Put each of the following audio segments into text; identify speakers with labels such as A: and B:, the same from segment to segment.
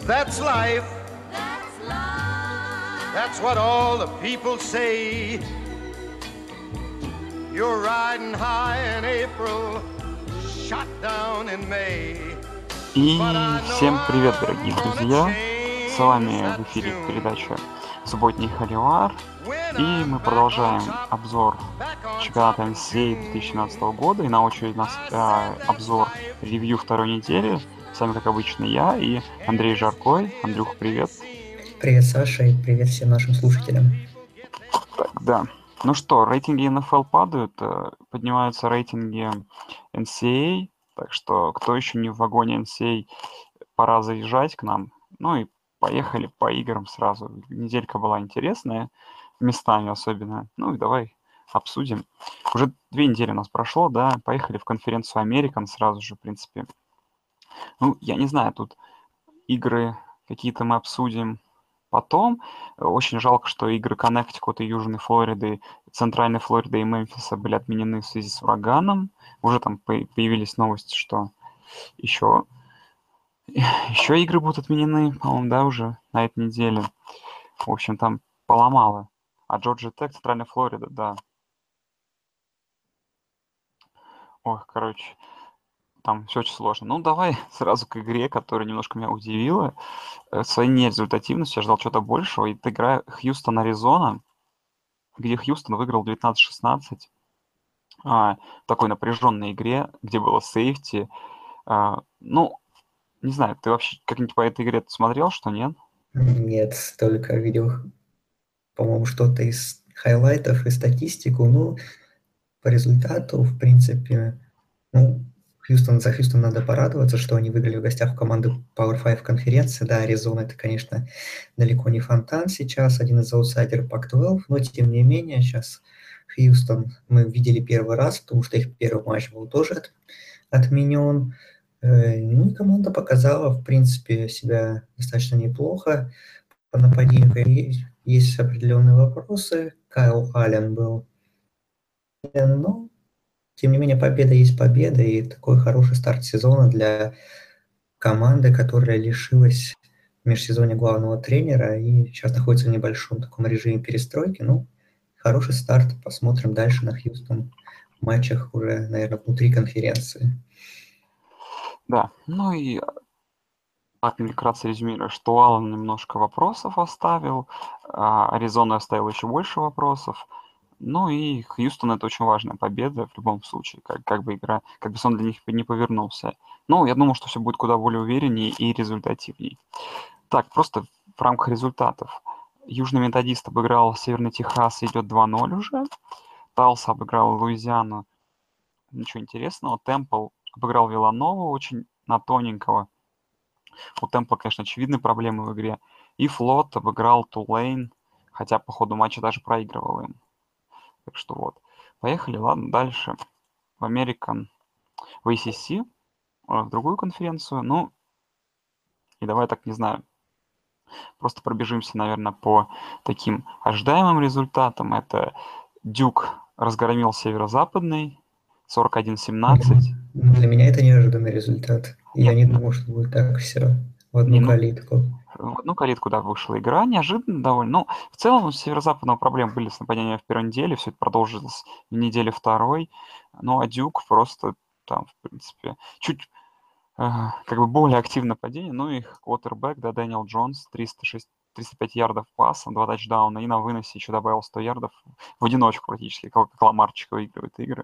A: That's life. That's what all the people say. You're riding high in April, shot down in May.
B: И всем привет, дорогие друзья! С вами в эфире передача «Субботний Холивар», и мы продолжаем обзор чемпионата NCAA 2017 года, и на очереди у нас обзор ревью второй недели. С вами, как обычно, я и Андрей Жаркой. Андрюх, привет!
C: Привет, Саша, и привет всем нашим слушателям.
B: Так, да. Ну что, рейтинги НФЛ падают, поднимаются рейтинги NCAA, так что кто еще не в вагоне NCAA, пора заезжать к нам. Ну и поехали по играм сразу. Неделька была интересная, местами особенно. Ну и давай обсудим. Уже 2 недели у нас прошло, да, поехали в конференцию American сразу же, в принципе. Ну, я не знаю, тут игры какие-то мы обсудим потом. Очень жалко, что игры Коннектикута, Южной Флориды, Центральной Флориды и Мемфиса были отменены в связи с ураганом. Уже там появились новости, что еще игры будут отменены, по-моему, да, уже на этой неделе. В общем, там поломало. А Джорджия Тек, Центральная Флорида, да. Ой, короче, там все очень сложно. Ну, давай сразу к игре, которая немножко меня удивила. Своей нерезультативностью я ждал чего-то большего. Это игра Хьюстон-Аризона, где Хьюстон выиграл 19-16. Такой напряженной игре, где было сейфти. Ну, не знаю, ты вообще как-нибудь по этой игре смотрел, что нет?
C: Нет, только видел, по-моему, что-то из хайлайтов и статистику. Ну, по результату, в принципе, ну, за Хьюстон надо порадоваться, что они выиграли в гостях у команды Power 5 конференции. Да, Аризона — это, конечно, далеко не фонтан сейчас, один из аутсайдеров Pac-12, но, тем не менее, сейчас Хьюстон мы видели первый раз, потому что их первый матч был тоже отменен. Ну и команда показала, в принципе, себя достаточно неплохо. По нападению есть определенные вопросы. Кайл Аллен был. Но, тем не менее, победа есть победа, и такой хороший старт сезона для команды, которая лишилась в межсезонье главного тренера и сейчас находится в небольшом таком режиме перестройки. Ну, хороший старт. Посмотрим дальше на Хьюстон в матчах уже, наверное, внутри конференции.
B: Да, ну и так вкратце резюмируя, что Аллен немножко вопросов оставил, Аризона оставил еще больше вопросов. Ну и Хьюстон — это очень важная победа в любом случае, как бы игра, как бы сон для них не повернулся. Ну, я думаю, что все будет куда более увереннее и результативнее. Так, просто в рамках результатов. Южный Методист обыграл Северный Техас, идет 2-0 уже. Талса обыграл Луизиану. Ничего интересного. Темпл обыграл Виланову очень на тоненького. У Темпла, конечно, очевидные проблемы в игре. И Флот обыграл Тулейн, хотя по ходу матча даже проигрывал им. Так что вот. Поехали, ладно, дальше. В American, в ACC, в другую конференцию. Ну, и давай так, не знаю, просто пробежимся, наверное, по таким ожидаемым результатам. Это Дюк разгромил Северо-Западный 41-17.
C: Для меня это неожиданный результат. Я не думал, что будет так все в одну калитку.
B: В одну калитку, да, вышла игра, неожиданно довольно. Ну, в целом у Северо-Западного проблемы были с нападением в первой неделе, все это продолжилось в неделе второй. Ну, а Дюк просто там, в принципе, чуть как бы более активное нападение. Ну, их квотербэк, да, Дэниел Джонс, 305 ярдов паса, 2 тачдауна, и на выносе еще добавил 100 ярдов в одиночку практически, как Ламарчик выигрывает игры.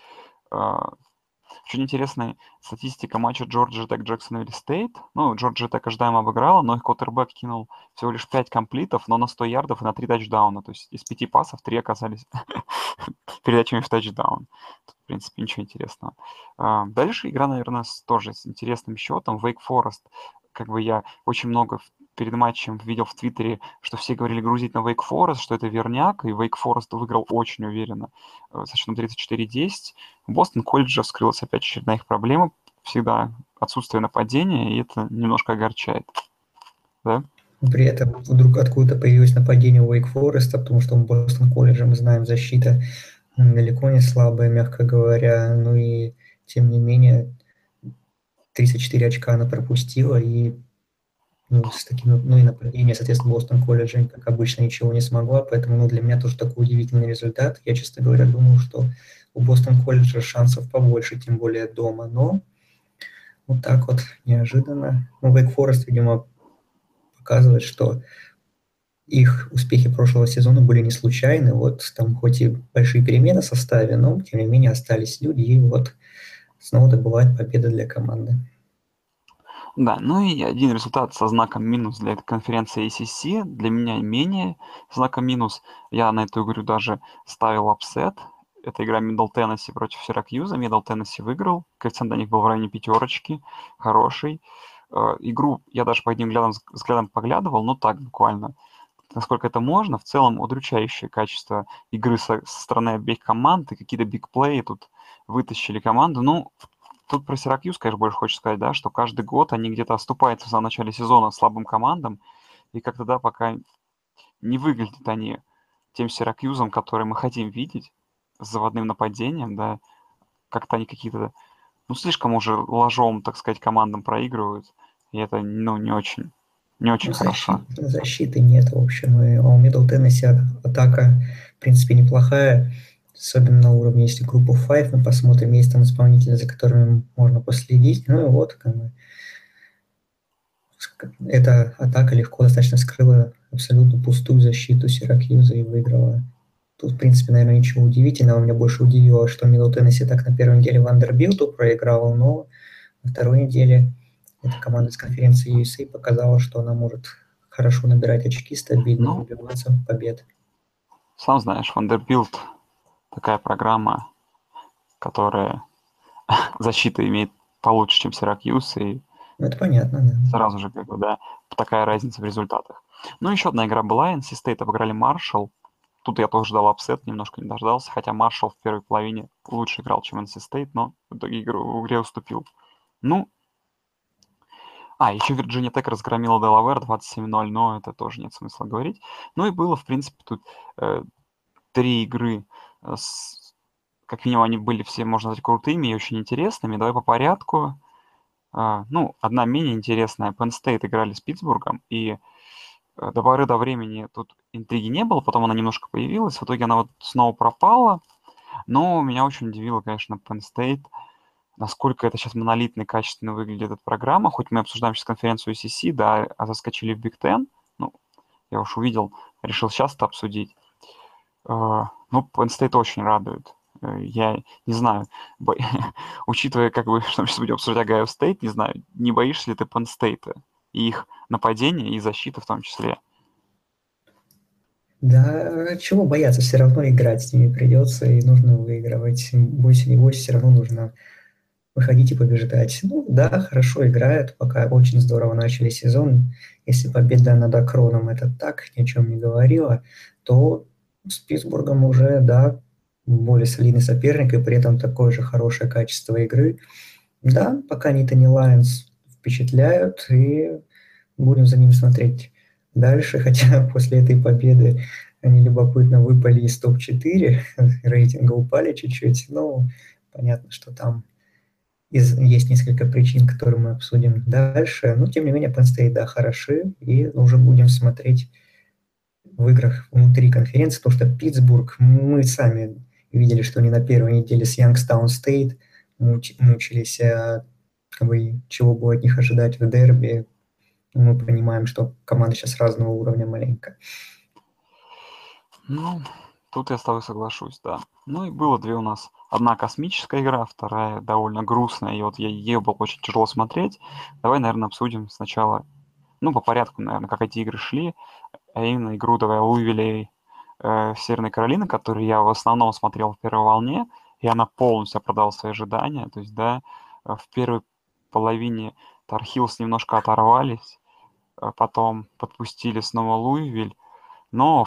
B: Очень интересная статистика матча Джорджия Тек Джексонвилл Стейт. Ну, Джорджия Тек ожидаемо обыграла, но их квотербэк кинул всего лишь 5 комплитов, но на 100 ярдов и на 3 тачдауна. То есть из 5 пасов 3 оказались передачами в тачдаун. Тут, в принципе, ничего интересного. Дальше игра, наверное, тоже с интересным счетом. Wake Forest. Как бы я очень много перед матчем видел в Твиттере, что все говорили грузить на Wake Forest, что это верняк, и Wake Forest выиграл очень уверенно со счетом 34-10. В Бостон Колледжа вскрылась опять очередная их проблема, всегда отсутствие нападения, и это немножко огорчает. Да?
C: При этом вдруг откуда-то появилось нападение у Wake Forest, потому что у Бостон Колледжа, мы знаем, защита далеко не слабая, мягко говоря, ну и тем не менее 34 очка она пропустила, и ну, с таким, ну и нападение, соответственно, Бостон Колледжа, как обычно, ничего не смогла, поэтому, ну, для меня тоже такой удивительный результат. Я, честно говоря, думал, что у Бостон Колледжа шансов побольше, тем более дома, но вот так вот неожиданно. Ну, Wake Forest, видимо, показывает, что их успехи прошлого сезона были не случайны. Вот там хоть и большие перемены в составе, но тем не менее остались люди, и вот снова добывают победы для команды.
B: Да, ну и один результат со знаком минус для этой конференции ACC, для меня менее знаком минус. Я на эту игру даже ставил апсет. Это игра Middle Tennessee против Сиракьюза. Middle Tennessee выиграл. Коэффициент для них был в районе пятерочки. Хороший. Игру я даже по одним взглядам поглядывал, ну так буквально, насколько это можно. В целом удручающее качество игры со стороны обеих команд и какие-то бигплеи тут вытащили команду. Ну, тут про Сиракьюз, конечно, больше хочется сказать, да, что каждый год они где-то оступаются в самом начале сезона слабым командам, и как-то, да, пока не выглядят они тем Сиракьюзом, который мы хотим видеть, с заводным нападением, да, как-то они какие-то, ну, слишком уже ложом, так сказать, командам проигрывают, и это, ну, не очень
C: Ну,
B: хорошо.
C: защиты нет, в общем. И у Middle Tennessee атака, в принципе, неплохая, особенно на уровне, если группу Five мы посмотрим, есть там исполнители, за которыми можно последить. Ну и вот, как бы, эта атака легко достаточно скрыла абсолютно пустую защиту Сиракьюза и выиграла. Тут, в принципе, наверное, ничего удивительного. Меня больше удивило, что Middle Tennessee так на первой неделе Вандербилту проиграл, но на второй неделе эта команда из конференции USA показала, что она может хорошо набирать очки, стабильно и
B: Ну,
C: добиваться побед.
B: сам знаешь, Vanderbilt такая программа, которая защита имеет получше, чем Сиракьюз, и
C: Ну, это понятно, да.
B: сразу же, как бы, да, такая разница в результатах. Ну, еще одна игра была, NC State обыграли Маршалл. Тут я тоже ждал апсет, немножко не дождался, хотя Маршалл в первой половине лучше играл, чем NC State, но в итоге в игре уступил. Ну, еще Вирджиния Тек разгромила Делавэр 27-0, но это тоже нет смысла говорить. Ну и было, в принципе, тут 3 игры, как минимум они были все, можно сказать, крутыми и очень интересными. Давай по порядку. Ну, одна менее интересная. Penn State играли с Питтсбургом, и до поры до времени тут интриги не было, потом она немножко появилась, в итоге она вот снова пропала. Но меня очень удивило, конечно, Penn State, насколько это сейчас монолитно и качественно выглядит эта программа. Хоть мы обсуждаем сейчас конференцию ACC, да, а заскочили в Big Ten. Ну, я уж увидел, решил сейчас это обсудить. Ну, Penn State очень радует. Я не знаю, учитывая, как бы, что мы сейчас будем обсуждать Ohio State, не знаю, не боишься ли ты Penn State и их нападения и защиты в том числе?
C: Да, чего бояться, все равно играть с ними придется, и нужно выигрывать. Бойся, не бойся, все равно нужно выходить и побеждать. Ну да, хорошо играют, пока очень здорово начали сезон. Если победа над Акроном это так, ни о чем не говорила, то с Питтсбургом уже, да, более солидный соперник, и при этом такое же хорошее качество игры. Да, пока Nittany Lions впечатляют, и будем за ними смотреть дальше, хотя после этой победы они любопытно выпали из топ-4, рейтинга упали чуть-чуть, но понятно, что там есть несколько причин, которые мы обсудим дальше, но тем не менее Penn State, да, хороши, и уже будем смотреть в играх внутри конференции, потому что Питтсбург, мы сами видели, что они на первой неделе с Youngstown State мучились, как бы, чего было от них ожидать в дерби. Мы понимаем, что команда сейчас разного уровня маленько.
B: Ну, тут я с тобой соглашусь, да. Ну и было две у нас. Одна космическая игра, вторая довольно грустная, и вот ее было очень тяжело смотреть. Давай, наверное, обсудим сначала, ну, по порядку, наверное, как эти игры шли, а именно игру давай Луивилля Северной Каролины, которую я в основном смотрел в первой волне, и она полностью оправдала свои ожидания. То есть, да, в первой половине Tar Heels немножко оторвались, потом подпустили снова Луивиль, но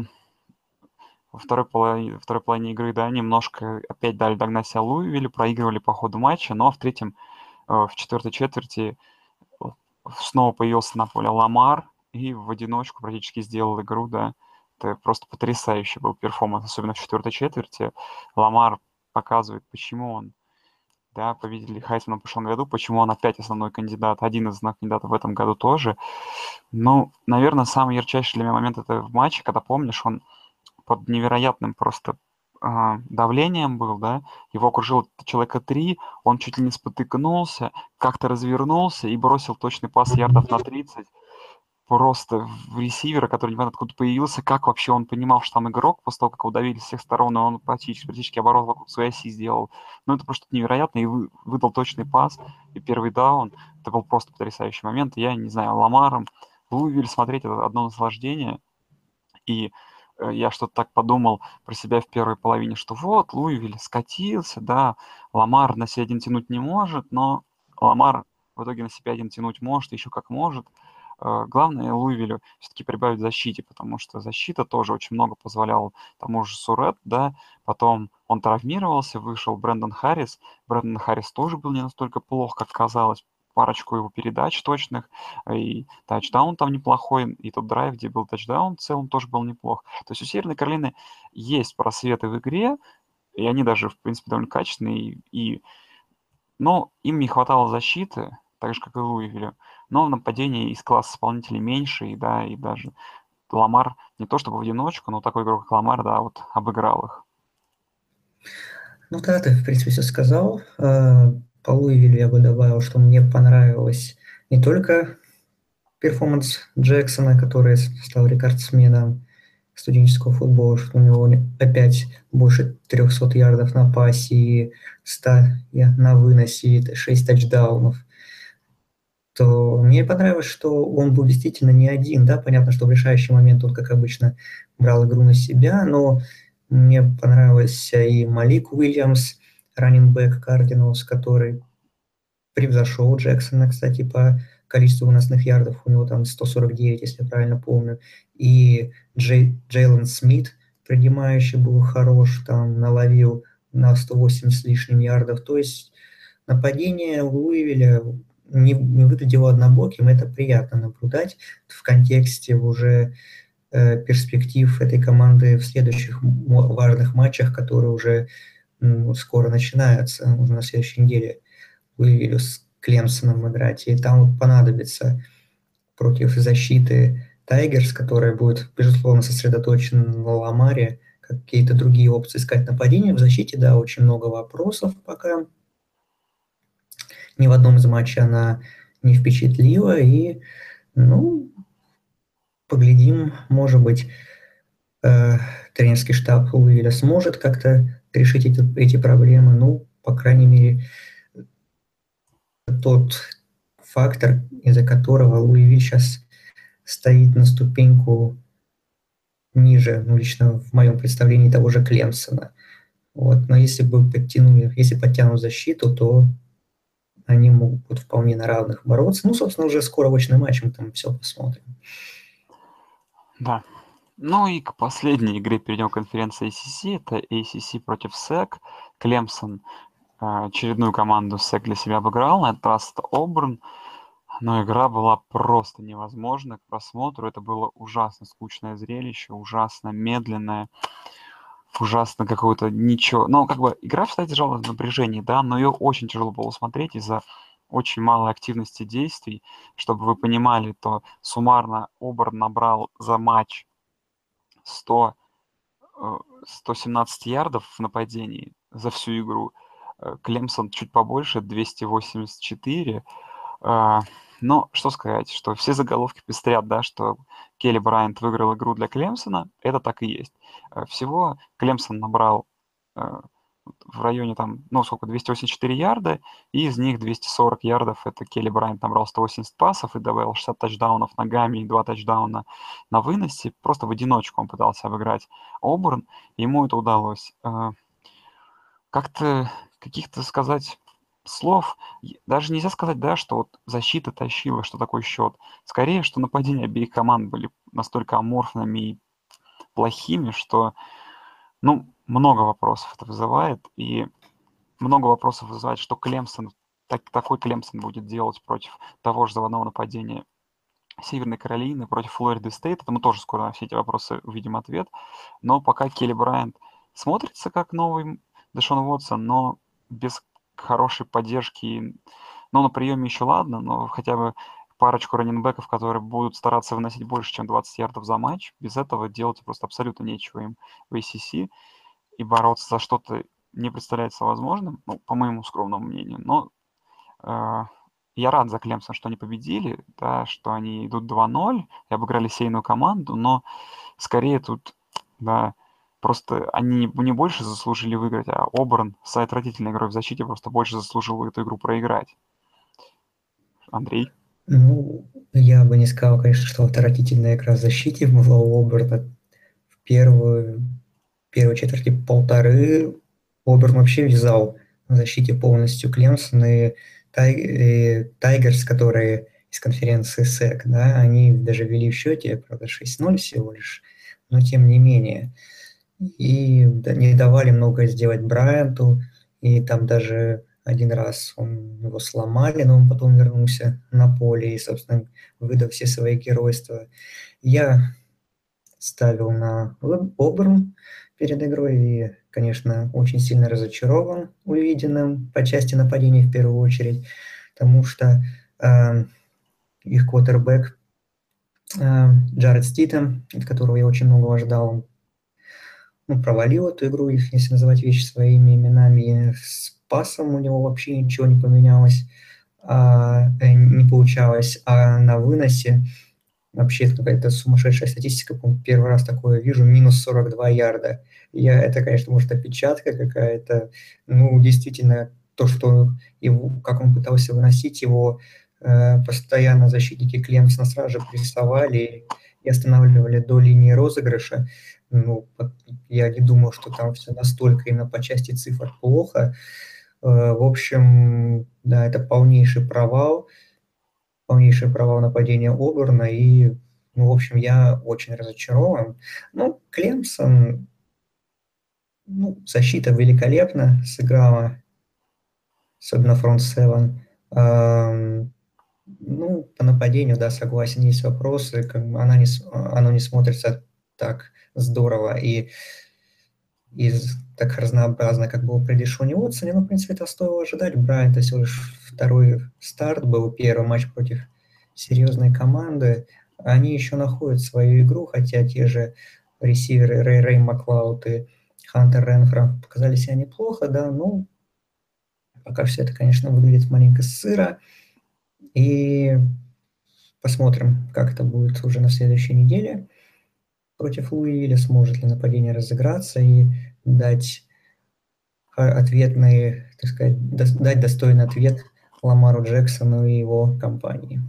B: во второй половине игры, да, немножко опять дали догнать себя Луивиллю, проигрывали по ходу матча, но в третьем, в четвертой четверти снова появился на поле Ламар и в одиночку практически сделал игру, да. Это просто потрясающий был перформанс, особенно в четвертой четверти. Ламар показывает, почему он да, победили Хайсмана в прошлом году. Почему он опять основной кандидат, один из основных кандидатов в этом году тоже? Ну, наверное, самый ярчайший для меня момент это в матче, когда, помнишь, он под невероятным просто давлением был, да, его окружило человека 3, он чуть ли не спотыкнулся, как-то развернулся и бросил точный пас ярдов на 30 просто в ресивера, который непонятно откуда появился, как вообще он понимал, что там игрок, после того, как его давили с всех сторон, и он практически оборот вокруг своей оси сделал. Ну, это просто невероятно, и выдал точный пас, и первый даун. Это был просто потрясающий момент. Я не знаю, Ламаром Луивиль смотреть — это одно наслаждение. И я что-то так подумал про себя в первой половине, что вот, Луивиль скатился, да, Ламар на себя один тянуть не может, но Ламар в итоге на себя один тянуть может, еще как может. Главное Луивилю все-таки прибавить в защите, потому что защита тоже очень много позволяла тому же Сурет, да, потом он травмировался, вышел Брэндон Харрис. Брэндон Харрис тоже был не настолько плох, как казалось, парочку его передач точных, и тачдаун там неплохой, и тот драйв, где был тачдаун, в целом тоже был неплох. То есть у Северной Каролины есть просветы в игре, и они даже, в принципе, довольно качественные, но им не хватало защиты, так же, как и Луивилю. Но в нападении из класса исполнителей меньше, и да, и даже Ламар не то чтобы в одиночку, но такой игрок, как Ламар, да, вот обыграл их.
C: Ну да, ты, в принципе, все сказал. По Луивилю я бы добавил, что мне понравилось не только перформанс Джексона, который стал рекордсменом студенческого футбола, что у него опять больше 300 ярдов на пасе и 100 на выносе, и 6 тачдаунов, то мне понравилось, что он был действительно не один, да, понятно, что в решающий момент он, как обычно, брал игру на себя, но мне понравился и Малик Уильямс, раннинг-бэк Кардиналс, который превзошел Джексона, кстати, по количеству выносных ярдов. У него там 149, если я правильно помню. И Джейлен Смит, принимающий, был хорош, там наловил на 180 с лишним ярдов. То есть нападение Луивиля не выглядело однобоким, это приятно наблюдать в контексте уже перспектив этой команды в следующих важных матчах, которые уже скоро начинаются, уже на следующей неделе. Луивилю с Клемсоном играть, и там понадобится против защиты Тайгерс, которая будет, безусловно, сосредоточена на Ламаре, какие-то другие опции искать нападения. В защите, да, очень много вопросов пока. Ни в одном из матчей она не впечатлила, и, ну, поглядим, может быть, тренерский штаб Луивиля сможет как-то решить эти проблемы. Ну, по крайней мере, тот фактор, из-за которого Луивиль сейчас стоит на ступеньку ниже, ну, лично в моем представлении, того же Клемсона. Вот. Но если подтянут защиту, то они могут вполне на равных бороться. Ну, собственно, уже скоро очный матч, мы там все посмотрим.
B: Да. Ну и к последней игре перейдем к конференции ACC. Это ACC против SEC. Клемсон очередную команду SEC для себя обыграл. На этот раз это Оберн. Но игра была просто невозможна к просмотру. Это было ужасно скучное зрелище, ужасно медленное, ужасно какое-то ничего. Ну, как бы игра всегда держалась в напряжении, да, но ее очень тяжело было смотреть из-за очень малой активности действий. Чтобы вы понимали, то суммарно Оберн набрал за матч 117 ярдов в нападении за всю игру. Клемсон чуть побольше, 284. Но что сказать, что все заголовки пестрят, да, что Келли Брайант выиграл игру для Клемсона, это так и есть. Всего Клемсон набрал в районе там, 284 ярда, и из них 240 ярдов это Келли Брайант набрал 180 пасов и добавил 60 тачдаунов ногами и 2 тачдауна на выносе. Просто в одиночку он пытался обыграть Оберн, и ему это удалось. Как-то каких-то сказать слов, даже нельзя сказать, да, что вот защита тащила, что такой счет. Скорее, что нападения обеих команд были настолько аморфными и плохими, что, много вопросов это вызывает, и много вопросов вызывает, что Клемсон, такой Клемсон будет делать против того же заводного нападения Северной Каролины, против Флориды Стейт. Это мы тоже скоро на все эти вопросы увидим ответ. Но пока Келли Брайант смотрится как новый Дэшон Уотсон, но без хорошей поддержки, ну, на приеме еще ладно, но хотя бы парочку раннинбеков, которые будут стараться выносить больше, чем 20 ярдов за матч, без этого делать просто абсолютно нечего им в ACC, и бороться за что-то не представляется возможным, ну, по моему скромному мнению, но я рад за Клемсон, что они победили, да, что они идут 2-0 и обыграли сейную команду, но скорее тут, да, просто они не больше заслужили выиграть, а Оберн с отвратительной игрой в защите просто больше заслужил эту игру проиграть. Андрей?
C: Ну, я бы не сказал, конечно, что отвратительная игра в защите была у Оберна. В первой четверти полторы Оберн вообще вязал в защите полностью Клемсон и Тайгерс, которые из конференции СЭК, да, они даже вели в счете, правда, 6-0 всего лишь, но тем не менее. И не давали много сделать Брайанту, и там даже один раз его сломали, но он потом вернулся на поле и, собственно, выдал все свои геройства. Я ставил на Оберн перед игрой и, конечно, очень сильно разочарован увиденным по части нападений в первую очередь, потому что их квотербек Джаред Ститем, от которого я очень многого ждал, он провалил эту игру, если называть вещи своими именами. С пасом у него вообще ничего не поменялось, не получалось, а на выносе вообще какая-то сумасшедшая статистика, по-моему, первый раз такое вижу, минус 42 ярда. Это, конечно, может, опечатка какая-то, ну, действительно, то, что его, как он пытался выносить его, постоянно защитники Клемсона сразу же прессовали и останавливали до линии розыгрыша. Ну, я не думал, что там все настолько именно по части цифр плохо. В общем, да, это полнейший провал нападения Оберна, и, ну, в общем, я очень разочарован. Ну, Клемсон, ну, защита великолепно сыграла, особенно фронт севен. Ну, по нападению, да, согласен, есть вопросы, оно не смотрится так здорово и так разнообразно, как было при Дешоне Уотсоне, но, в принципе, это стоило ожидать. Брайанта всего лишь второй старт был, первый матч против серьезной команды. Они еще находят свою игру, хотя те же ресиверы Рэй Маклауд и Хантер Ренфро показали себя неплохо, да, но пока все это, конечно, выглядит маленько сыро. И посмотрим, как это будет уже на следующей неделе против Луивилля, сможет ли нападение разыграться и дать ответный, так сказать, дать достойный ответ Ламару Джексону и его компании.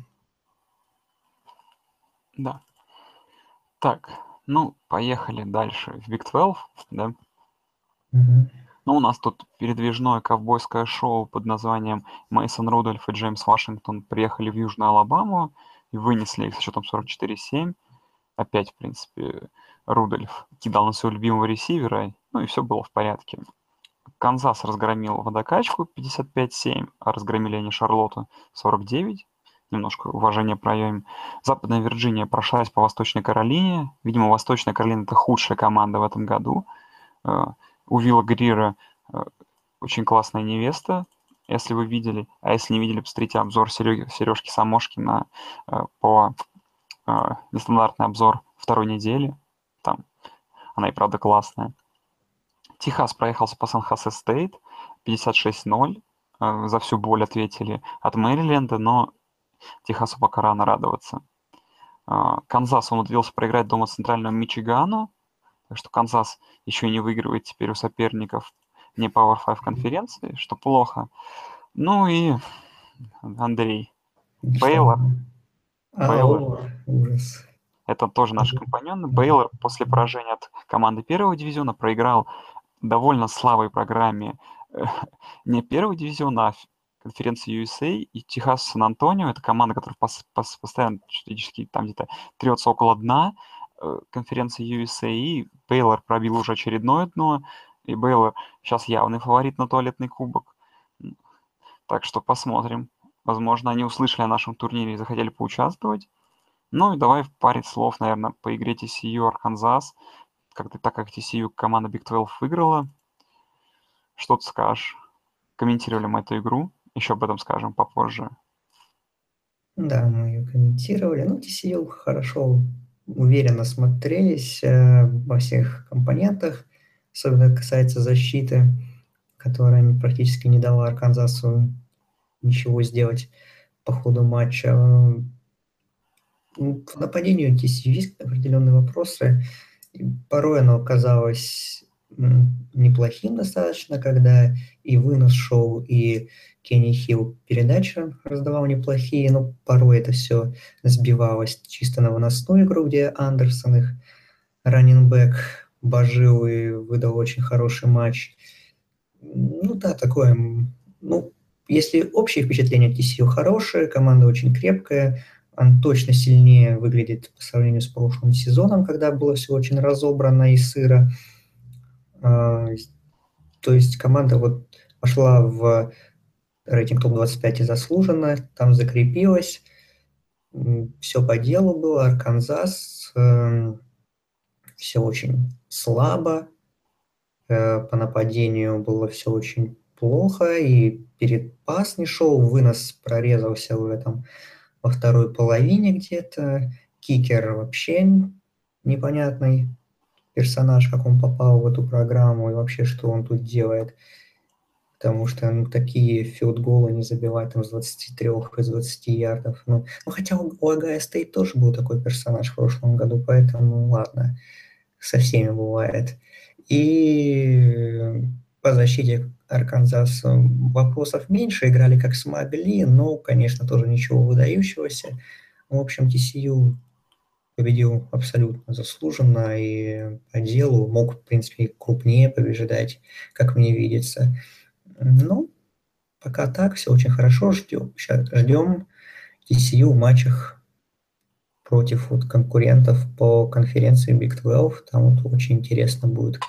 B: Да. Так, ну, поехали дальше в Big 12, да?
C: Угу.
B: Ну, у нас тут передвижное ковбойское шоу под названием Мейсон Рудольф и Джеймс Вашингтон приехали в Южную Алабаму и вынесли их со счетом 44-7. Опять, в принципе, Рудольф кидал на своего любимого ресивера, ну и все было в порядке. Канзас разгромил водокачку 55-7, а разгромили они Шарлотту 49. Немножко уважения проявим. Западная Вирджиния прошлась по Восточной Каролине. Видимо, Восточная Каролина — это худшая команда в этом году. У Вилла Грира очень классная невеста, если вы видели. А если не видели, посмотрите обзор Сережки Самошкина по нестандартный обзор второй недели. Там она и правда классная. Техас проехался по Сан-Хосе Стейт 56-0. За всю боль ответили от Мэриленда, но Техасу пока рано радоваться. Канзас умудрился проиграть дома Центральному Мичигану. Так что Канзас еще и не выигрывает теперь у соперников не Power 5 конференции, что плохо. Ну и Андрей. Бейлор.
C: Ужас.
B: Это тоже наши компаньоны. Бейлор после поражения от команды первого дивизиона проиграл довольно слабой программе не первого дивизиона, а конференции USA, и Техас Сан-Антонио. Это команда, которая постоянно фактически там где-то трется около дна конференции USA, и Бейлор пробил уже очередное дно, и Бейлор сейчас явный фаворит на туалетный кубок. Так что посмотрим. Возможно, они услышали о нашем турнире и захотели поучаствовать. Ну и давай в паре слов, наверное, по игре TCU Арканзас. Так как TCU команда Big 12 выиграла, что ты скажешь? комментировали мы эту игру, еще об этом скажем попозже.
C: Да, мы ее комментировали. Ну, TCU хорошо, уверенно смотрелись во всех компонентах. Особенно это касается защиты, которая практически не дала Арканзасу ничего сделать по ходу матча. К нападению TCU есть определенные вопросы. И порой оно казалось неплохим достаточно, когда и вынос шоу, и Кенни Хилл передачи раздавал неплохие, но порой это все сбивалось чисто на выносную игру, где Андерсон, их раннинбэк, божил и выдал очень хороший матч. Ну да, такое, ну, если общее впечатление от TCU хорошее, команда очень крепкая, он точно сильнее выглядит по сравнению с прошлым сезоном, когда было все очень разобрано и сыро. То есть команда вот пошла в рейтинг топ-25 и заслуженно, там закрепилась, все по делу было, Арканзас, все очень слабо, по нападению было все очень плохо, и перед пас не шел, вынос прорезался в этом во второй половине где-то, кикер вообще непонятный персонаж, как он попал в эту программу и вообще, что он тут делает. Потому что такие филд-голы не забивать там с 23, из 20 ярдов. Ну, хотя у Агая Стейт тоже был такой персонаж в прошлом году, поэтому ладно, со всеми бывает. И по защите Арканзаса вопросов меньше, играли как смогли, но, конечно, тоже ничего выдающегося. В общем, TCU победил абсолютно заслуженно и по делу, мог, в принципе, и крупнее побеждать, как мне видится. Ну, пока так, все очень хорошо, ждем TCU в матчах против вот конкурентов по конференции Big 12, там вот очень интересно будет.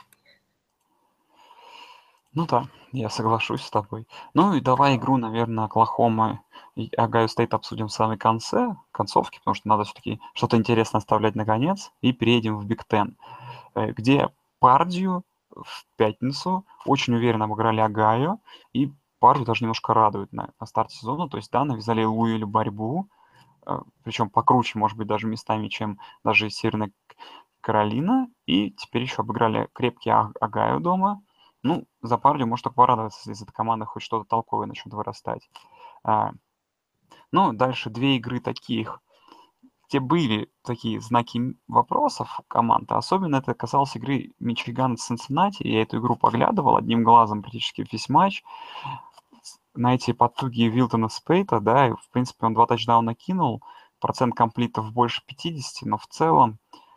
B: Ну да, я соглашусь с тобой. Ну и давай игру, наверное, Оклахома и Огайо Стейт обсудим в самой концовке, потому что надо все-таки что-то интересное оставлять на конец, и переедем в Биг Тен, где Пардию в пятницу очень уверенно обыграли Огайо, и Пардию даже немножко радует на старте сезона, то есть, да, навязали Луилю борьбу, причем покруче, может быть, даже местами, чем даже Северная Каролина, и теперь еще обыграли крепкий Огайо дома. Ну, за Пардию может только порадоваться, если из этой команды хоть что-то толковое начнет вырастать. Ну, дальше две игры таких, где были такие знаки вопросов команды. Особенно это касалось игры Мичиган с Цинциннати. Я эту игру поглядывал одним глазом практически весь матч. На эти потуги Вилтона Спейта, да, и, в принципе, он 2 тачдауна кинул, процент комплитов больше 50, но в целом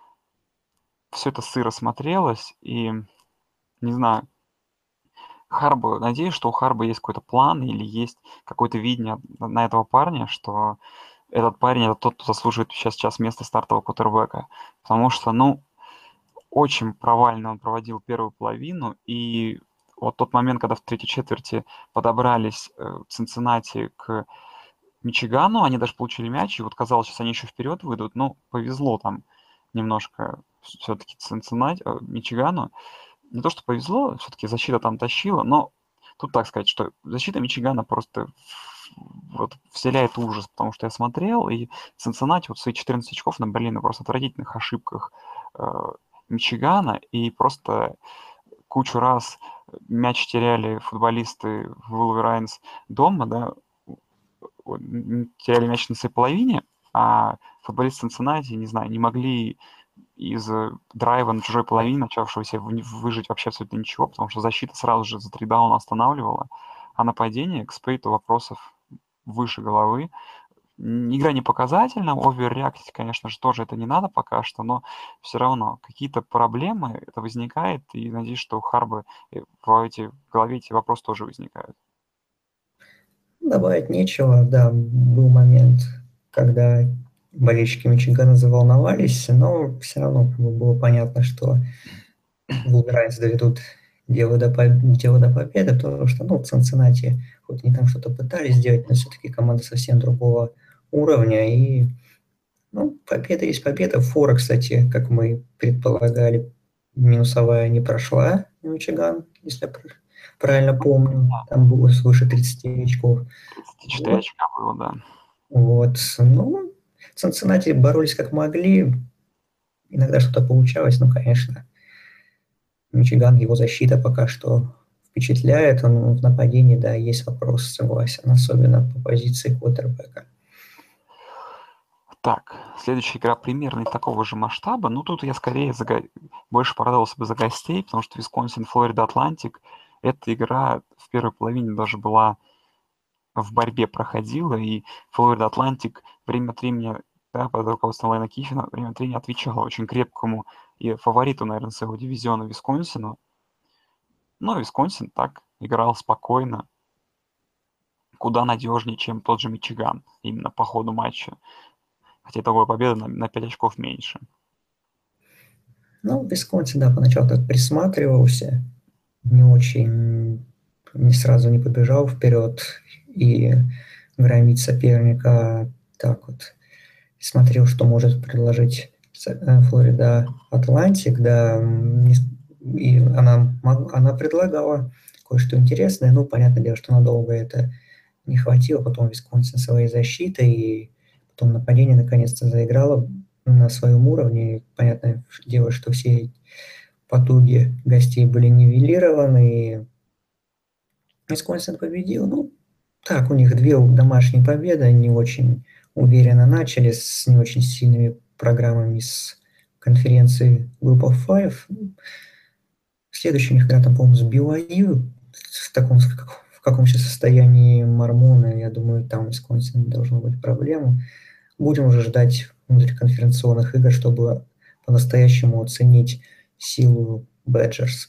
B: все это сыро смотрелось, и, не знаю, Харбо, надеюсь, что у Харбо есть какой-то план или есть какое-то видение на этого парня, что этот парень это тот, кто заслуживает сейчас место стартового квотербека. Потому что, ну, очень провально он проводил первую половину, и вот тот момент, когда в третьей четверти подобрались Цинциннати к Мичигану, они даже получили мяч, и вот казалось, сейчас они еще вперед выйдут, но повезло там немножко все-таки Цинциннати, Мичигану. Не то, что повезло, все-таки защита там тащила, но тут так сказать, что защита Мичигана просто вот вселяет ужас, потому что я смотрел, и Цинциннати вот свои 14 очков набрали на просто отвратительных ошибках Мичигана, и просто кучу раз мяч теряли футболисты Wolverines дома, да, теряли мяч на своей половине, а футболисты Цинциннати, не знаю, не могли из драйва на чужой половине, начавшегося выжить вообще абсолютно ничего, потому что защита сразу же за 3 дауна останавливала, а нападение к Спейту вопросов выше головы. Игра не показательна, оверреактить, конечно же, тоже это не надо пока что, но все равно какие-то проблемы это возникает, и надеюсь, что у Харбы в голове эти вопросы тоже возникают.
C: Добавить нечего, да, был момент, когда болельщики Мичигана заволновались, но все равно было понятно, что Wolverines доведут дело до победы, потому что, ну, Цинциннати, хоть они там что-то пытались сделать, но все-таки команда совсем другого уровня, и, ну, победа есть победа. Фора, кстати, как мы предполагали, минусовая не прошла, Мичиган, если правильно помню. Там было свыше 30 очков.
B: 34
C: Вот.
B: очка было, да.
C: Вот. Ну, Цинциннати боролись как могли. Иногда что-то получалось, но, конечно, Мичиган, его защита пока что впечатляет. Он в нападении, да, есть вопрос, согласен, особенно по позиции квотербека.
B: Так, следующая игра примерно такого же масштаба. Ну, тут я скорее больше порадовался бы за гостей, потому что Висконсин, Флорида, Атлантик. Эта игра в первой половине даже была в борьбе проходила, и Флорида Атлантик время от времени, да, под руководством Лайна Киффина, время от времени отвечала очень крепкому и фавориту, наверное, своего дивизиона Висконсину. Но Висконсин так играл спокойно, куда надежнее, чем тот же Мичиган, именно по ходу матча. Хотя итоговая победа на 5 очков меньше.
C: Ну, Висконсин, да, поначалу так присматривался, не очень, не сразу не побежал вперед и громить соперника так вот. Смотрел, что может предложить Флорида Атлантик, да, и она предлагала кое-что интересное. Ну, понятное дело, что надолго это не хватило. Потом Висконсин своей защитой, и потом нападение наконец-то заиграло на своем уровне. И понятное дело, что все потуги гостей были нивелированы, и Висконсин победил. Ну, так, у них 2 домашние победы, они очень уверенно начали с не очень сильными программами с конференции Group of Five. Следующая у них игра, там, по-моему, с BYU, в каком сейчас состоянии Мормоны, я думаю, там Висконсин должно быть проблема. Будем уже ждать внутриконференционных игр, чтобы по-настоящему оценить силу Badgers.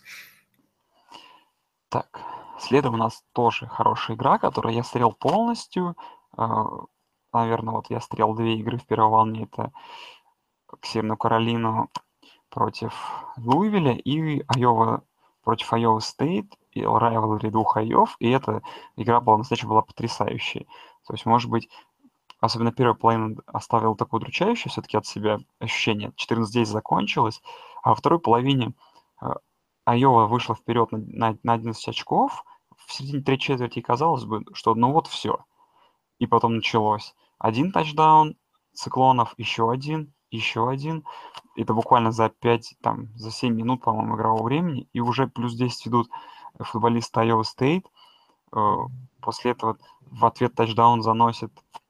B: Так, следом у нас тоже хорошая игра, которую я смотрел полностью. Наверное, вот я смотрел 2 игры в первой волне. Это Северную Каролину против Луивиля и Айова против Айова Стейт, и rivalry 2 Айов, и эта игра была настоящая, была потрясающей. То есть, может быть, особенно первая половина оставила такое удручающее все-таки от себя ощущение. 14-10 закончилось, а во второй половине Айова вышла вперед на 11 очков. В середине третьей четверти казалось бы, что ну вот все. И потом началось. 1 тачдаун циклонов, еще один. Это буквально за 5, там, за 7 минут, по-моему, игрового времени. И уже плюс 10 ведут футболисты Iowa State. После этого в ответ тачдаун заносит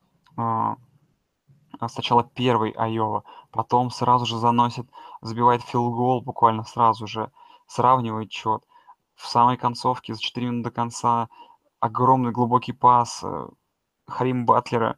B: сначала первый Айова, потом сразу же забивает филд-гол буквально сразу же, сравнивает счет. В самой концовке за 4 минуты до конца огромный глубокий пас на Харим Батлера.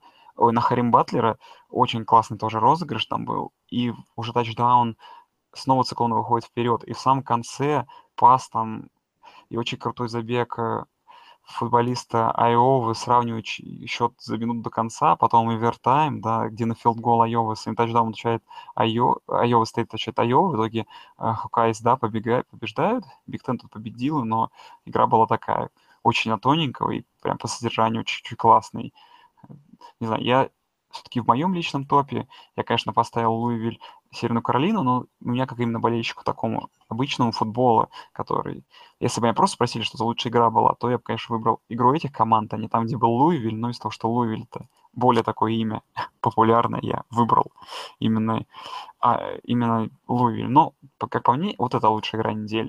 B: Очень классный тоже розыгрыш там был. И уже тачдаун, снова циклон выходит вперед. И в самом конце пас там и очень крутой забег футболиста Айовы, сравнивают счет за минуту до конца, потом овертайм, да, где на филд-гол Айовы своим тачдауном отвечает Айова стоит, отвечает Айова, в итоге Хокайс, да, побеждают, Биг Тен тут победил, но игра была такая очень тоненькая и прям по содержанию чуть-чуть классный. Не знаю, я все-таки в моем личном топе, я, конечно, поставил Луивиль, Северную Каролину, но у меня как именно болельщику такому обычному футбола, который... Если бы меня просто спросили, что за лучшая игра была, то я бы, конечно, выбрал игру этих команд, а не там, где был Луивиль, но из-за того, что Луивиль-то более такое имя популярное, я выбрал именно Луивиль. Но, как по мне, вот это лучшая игра недели.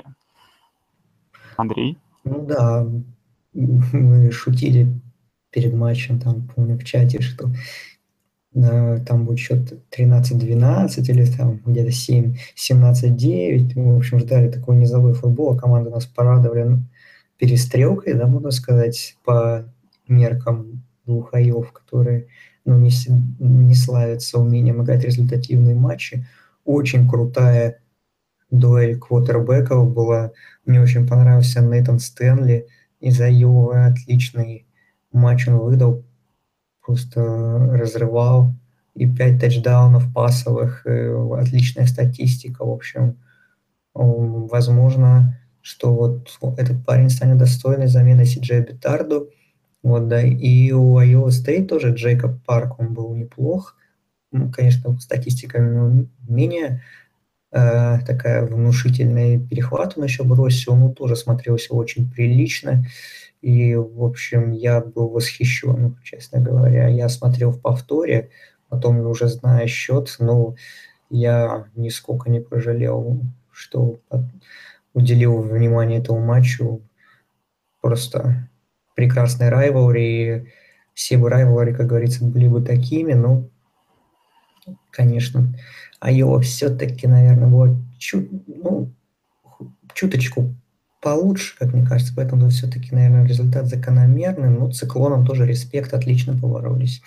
B: Андрей?
C: Ну да, мы шутили перед матчем, там, помню, в чате, что там будет счет 13-12 или там где-то 17-9. Мы, в общем, ждали такой низовой футбол, а команды нас порадовали перестрелкой, да, можно сказать, по меркам 2 Айов, которые не славятся умением играть результативные матчи. Очень крутая дуэль квотербеков была. Мне очень понравился Нейтан Стэнли из Айовы. Отличный матч он выдал, просто разрывал. И 5 тачдаунов пасовых, отличная статистика. В общем, возможно, что вот этот парень станет достойной заменой Си-Джей Бетарду. Вот, да, и у Iowa State тоже Джейкоб Парк, он был неплох. Конечно, статистика у него менее такая внушительный перехват он еще бросил, ну, тоже смотрелся очень прилично. И, в общем, я был восхищен, честно говоря. Я смотрел в повторе, потом уже зная счет, но я нисколько не пожалел, что уделил внимание этому матчу. Просто прекрасный райвелри. Все бы райвелри, как говорится, были бы такими, но, конечно, Айова все-таки, наверное, была чуточку получше, как мне кажется, поэтому все-таки, наверное, результат закономерный. Ну, циклоном тоже респект, отлично поборолись.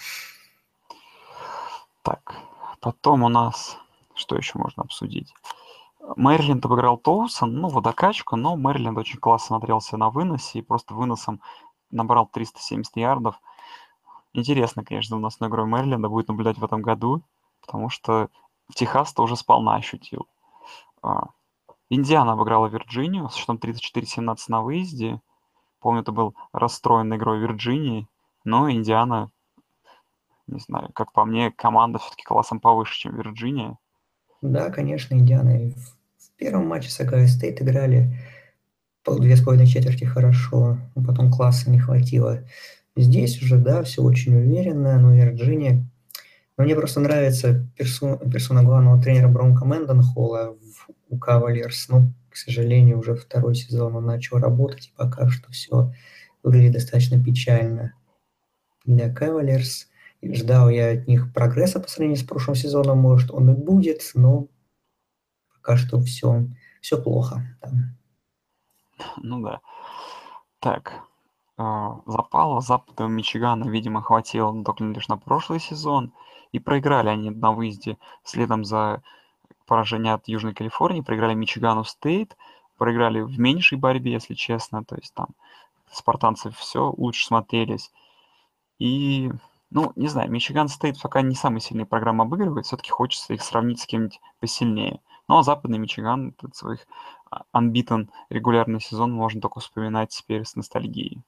B: Так, потом у нас, что еще можно обсудить? Мэриленд обыграл Тоусон, ну, водокачка, но Мэриленд очень классно смотрелся на выносе и просто выносом набрал 370 ярдов. Интересно, конечно, у нас на игрой Мэриленда будет наблюдать в этом году, потому что в Техас-то уже сполна ощутил. Индиана обыграла Вирджинию с счетом 34-17 на выезде. Помню, это был расстроенной игрой Вирджинии, но Индиана, не знаю, как по мне, команда все-таки классом повыше, чем Вирджиния.
C: Да, конечно, Индиана. В первом матче с Огайо Стейт играли 2,5 четверти хорошо, но потом класса не хватило. Здесь уже, да, все очень уверенно, но Вирджиния... Но мне просто нравится персона главного тренера Бронка Мэнденхолла у Кавальерс. Но, к сожалению, уже второй сезон он начал работать, и пока что все выглядит достаточно печально для Кавальерс. И ждал я от них прогресса по сравнению с прошлым сезоном, может, он и будет, но пока что все плохо там.
B: Ну да. Так, запала Запада Мичигана, видимо, хватило только лишь на прошлый сезон. И проиграли они на выезде следом за поражение от Южной Калифорнии. Проиграли Мичигану Стейт. Проиграли в меньшей борьбе, если честно. То есть там спартанцы все лучше смотрелись. И, ну, не знаю, Мичиган Стейт пока не самые сильные программы обыгрывает. Все-таки хочется их сравнить с кем-нибудь посильнее. Ну, а западный Мичиган, от своих unbeaten регулярный сезон можно только вспоминать теперь с ностальгией.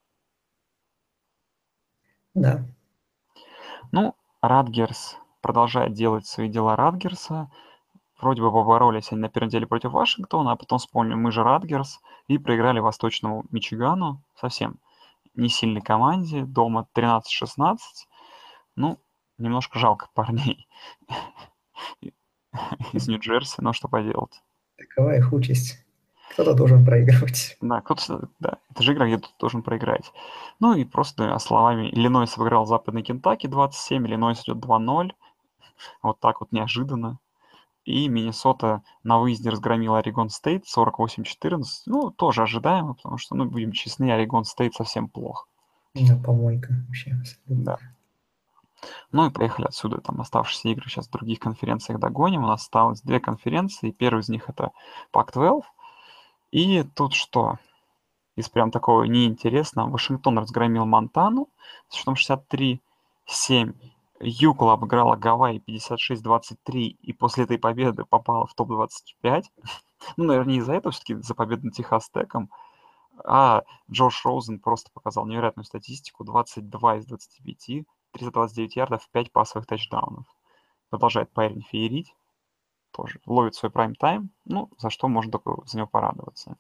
C: Да.
B: Ну, Радгерс продолжает делать свои дела Радгерса. Вроде бы поборолись они на первой неделе против Вашингтона, а потом вспомнили, мы же Радгерс, и проиграли Восточному Мичигану, совсем не сильной команде, дома 13-16. Ну, немножко жалко парней из Нью-Джерси, но что поделать.
C: Такова их участь. Кто-то должен проигрывать.
B: Да, да, это же игра, где кто-то должен проиграть. Ну и просто словами, Иллинойс обыграл Западный Кентаки 27, Иллинойс идет 2-0. Вот так вот неожиданно. И Миннесота на выезде разгромила Орегон Стейт 48-14. Ну, тоже ожидаемо, потому что, ну, будем честны, Орегон Стейт совсем плохо.
C: Да, помойка вообще абсолютно.
B: Да. Ну и поехали отсюда. Там оставшиеся игры сейчас в других конференциях догоним. У нас осталось две конференции. Первый из них это Pac-12. И тут что? Из прям такого неинтересного. Вашингтон разгромил Монтану с счетом 63-7. Юкла обыграла Гавайи 56-23 и после этой победы попала в топ-25. Ну, наверное, не из-за этого, все-таки за победу над Техас Теком. А Джош Роузен просто показал невероятную статистику. 22 из 25, 329 ярдов, 5 пасовых тачдаунов. Продолжает парень феерить. Тоже ловит свой прайм-тайм. Ну, за что можно только за него порадоваться.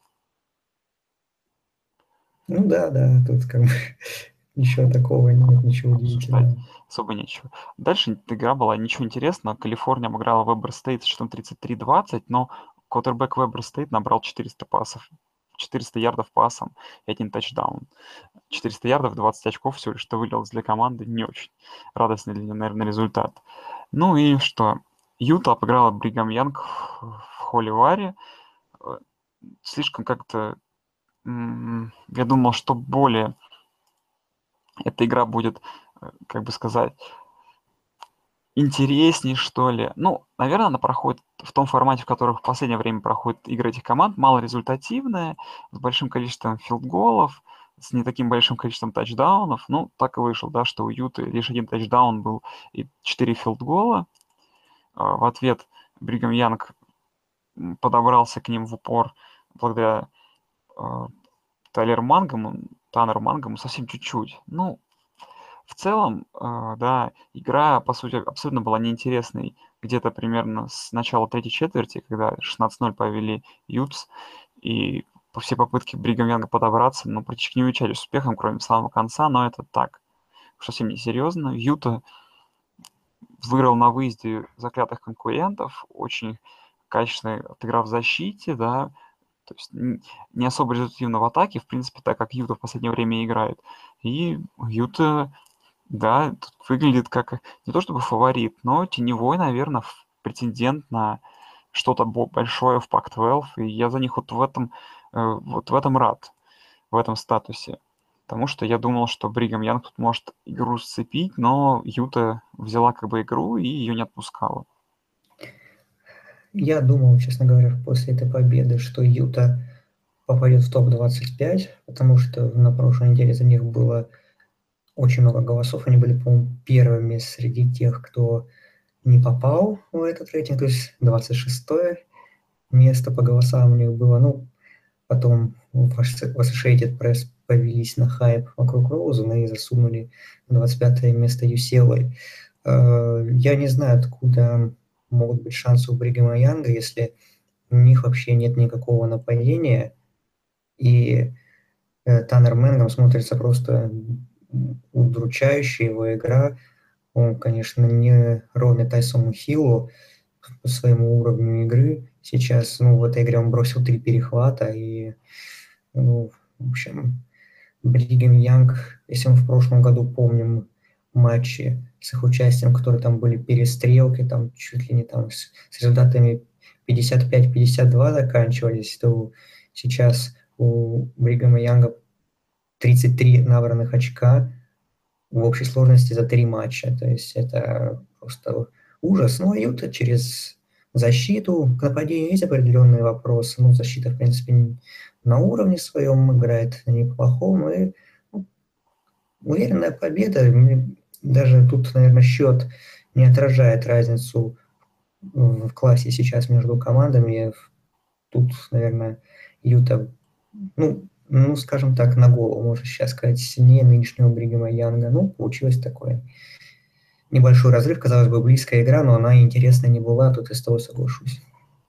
C: Ну да, тут как бы ничего такого нет, ничего удивительного.
B: Особо нечего. Дальше игра была ничего интересного. Калифорния обыграла Вебер Стейт с счетом 33-20, но квотербек Вебер Стейт набрал 400 пасов, 400 ярдов пасом и 1 тачдаун. 400 ярдов, 20 очков всего лишь что вылилось для команды. Не очень радостный для нее, наверное, результат. Ну и что? Юта обыграла Бригам Янг в Холиваре. Слишком как-то... Я думал, что более эта игра будет, как бы сказать, интересней, что ли. Ну, наверное, она проходит в том формате, в котором в последнее время проходят игры этих команд, малорезультативная, с большим количеством филдголов, с не таким большим количеством тачдаунов. Ну, так и вышло, да, что у Юты лишь один тачдаун был и 4 филдгола. В ответ Бригам Янг подобрался к ним в упор благодаря Таннеру Мангому совсем чуть-чуть. Ну, в целом, да, игра, по сути, абсолютно была неинтересной где-то примерно с начала третьей четверти, когда 16-0 повели Ютс, и все попытки Бригам Янга подобраться, ну, практически не увенчались успехом, кроме самого конца, но это так, совсем несерьезно. Юта выиграл на выезде заклятых конкурентов, очень качественно отыграв в защите, да, то есть не особо результативно в атаке, в принципе, так как Юта в последнее время играет. И Юта, да, тут выглядит как не то чтобы фаворит, но теневой, наверное, претендент на что-то большое в Pac-12, и я за них вот в этом рад, в этом статусе. Потому что я думал, что Бригам Янг тут может игру сцепить, но Юта взяла как бы игру и ее не отпускала.
C: Я думал, честно говоря, после этой победы, что Юта попадет в топ-25, потому что на прошлой неделе за них было очень много голосов. Они были, по-моему, первыми среди тех, кто не попал в этот рейтинг, то есть 26-е место по голосам у них было. Ну, потом в Associated Press повелись на хайп вокруг Роузена и засунули 25-е место UCLA. Я не знаю, откуда могут быть шансы у Бригама Янга, если у них вообще нет никакого нападения, и Таннер Мэнгом смотрится просто удручающе его игра. Он, конечно, не ровня Тайсону Хиллу по своему уровню игры. Сейчас, ну, в этой игре он бросил 3 перехвата, и, ну, в общем, Бригам Янг, если мы в прошлом году помним матчи с их участием, которые там были перестрелки, там чуть ли не там с результатами 55-52 заканчивались, то сейчас у Бригама Янга 33 набранных очка в общей сложности за 3 матча. То есть это просто ужас. Ну, а Юта через защиту, к нападению есть определенные вопросы. Ну, защита, в принципе, на уровне своем играет неплохом. И ну, уверенная победа. Даже тут, наверное, счет не отражает разницу в классе сейчас между командами. Тут, наверное, Юта, ну, скажем так, на голову, можно сейчас сказать, сильнее нынешнего Бригама Янга. Ну, получилось такое. Небольшой разрыв, казалось бы, близкая игра, но она интересной не была, тут и с тобой соглашусь.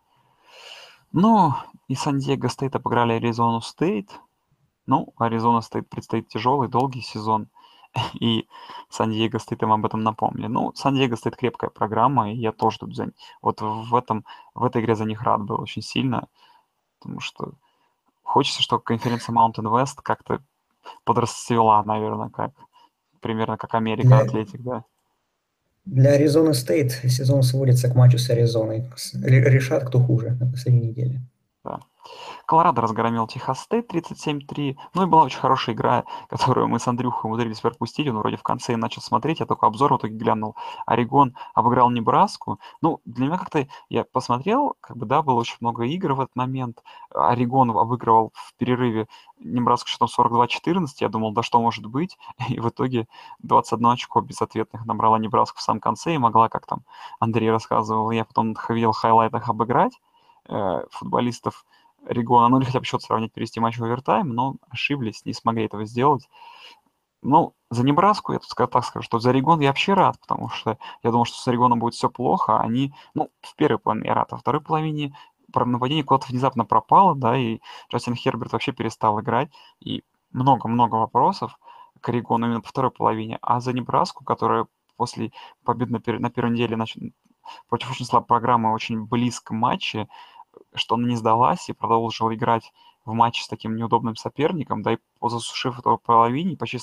B: Ну, и Сан-Диего Стейт обыграли Аризону Стейт. Ну, Аризона Стейт предстоит тяжелый, долгий сезон. И Сан-Диего Стейт им об этом напомнили. Ну, Сан-Диего Стейт крепкая программа, и я тоже тут вот в этой игре за них рад был очень сильно, потому что хочется, чтобы конференция Mountain West как-то подрасцвела, наверное, примерно как Америка Атлетик, да.
C: Для Аризоны Стейт сезон сводится к матчу с Аризоной. Решат, кто хуже на последней неделе.
B: Да. Колорадо разгромил Техас Стейт 37-3. Ну и была очень хорошая игра, которую мы с Андрюхой умудрились пропустить. Он вроде в конце начал смотреть, я только обзор в итоге глянул. Орегон обыграл Небраску. Ну, для меня как-то, я посмотрел, как бы, да, было очень много игр в этот момент. Орегон обыгрывал в перерыве Небраску счетом 42-14. Я думал, да что может быть? И в итоге 21 очко безответных набрала Небраска в самом конце и могла, как там Андрей рассказывал, я потом видел в хайлайтах обыграть футболистов Орегона, ну или хотя бы счет сравнять, перевести матч в овертайм, но ошиблись, не смогли этого сделать. Ну, за Небраску я тут так скажу, что за Орегон я вообще рад, потому что я думал, что с Орегоном будет все плохо. Они, ну, в первой половине я рад, а во второй половине нападение куда-то внезапно пропало, да, и Джастин Херберт вообще перестал играть, и много-много вопросов к Орегону именно по второй половине. А за Небраску, которая после победы на первой неделе против очень слабой программы, очень близком матче, что она не сдалась и продолжила играть в матче с таким неудобным соперником, да и засушив эту половине, почти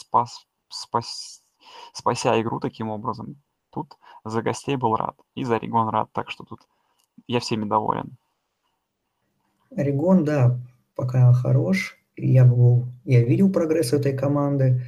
B: спася игру таким образом. Тут за гостей был рад, и за Орегон рад, так что тут я всеми доволен.
C: Орегон, да, пока хорош. Я видел прогресс этой команды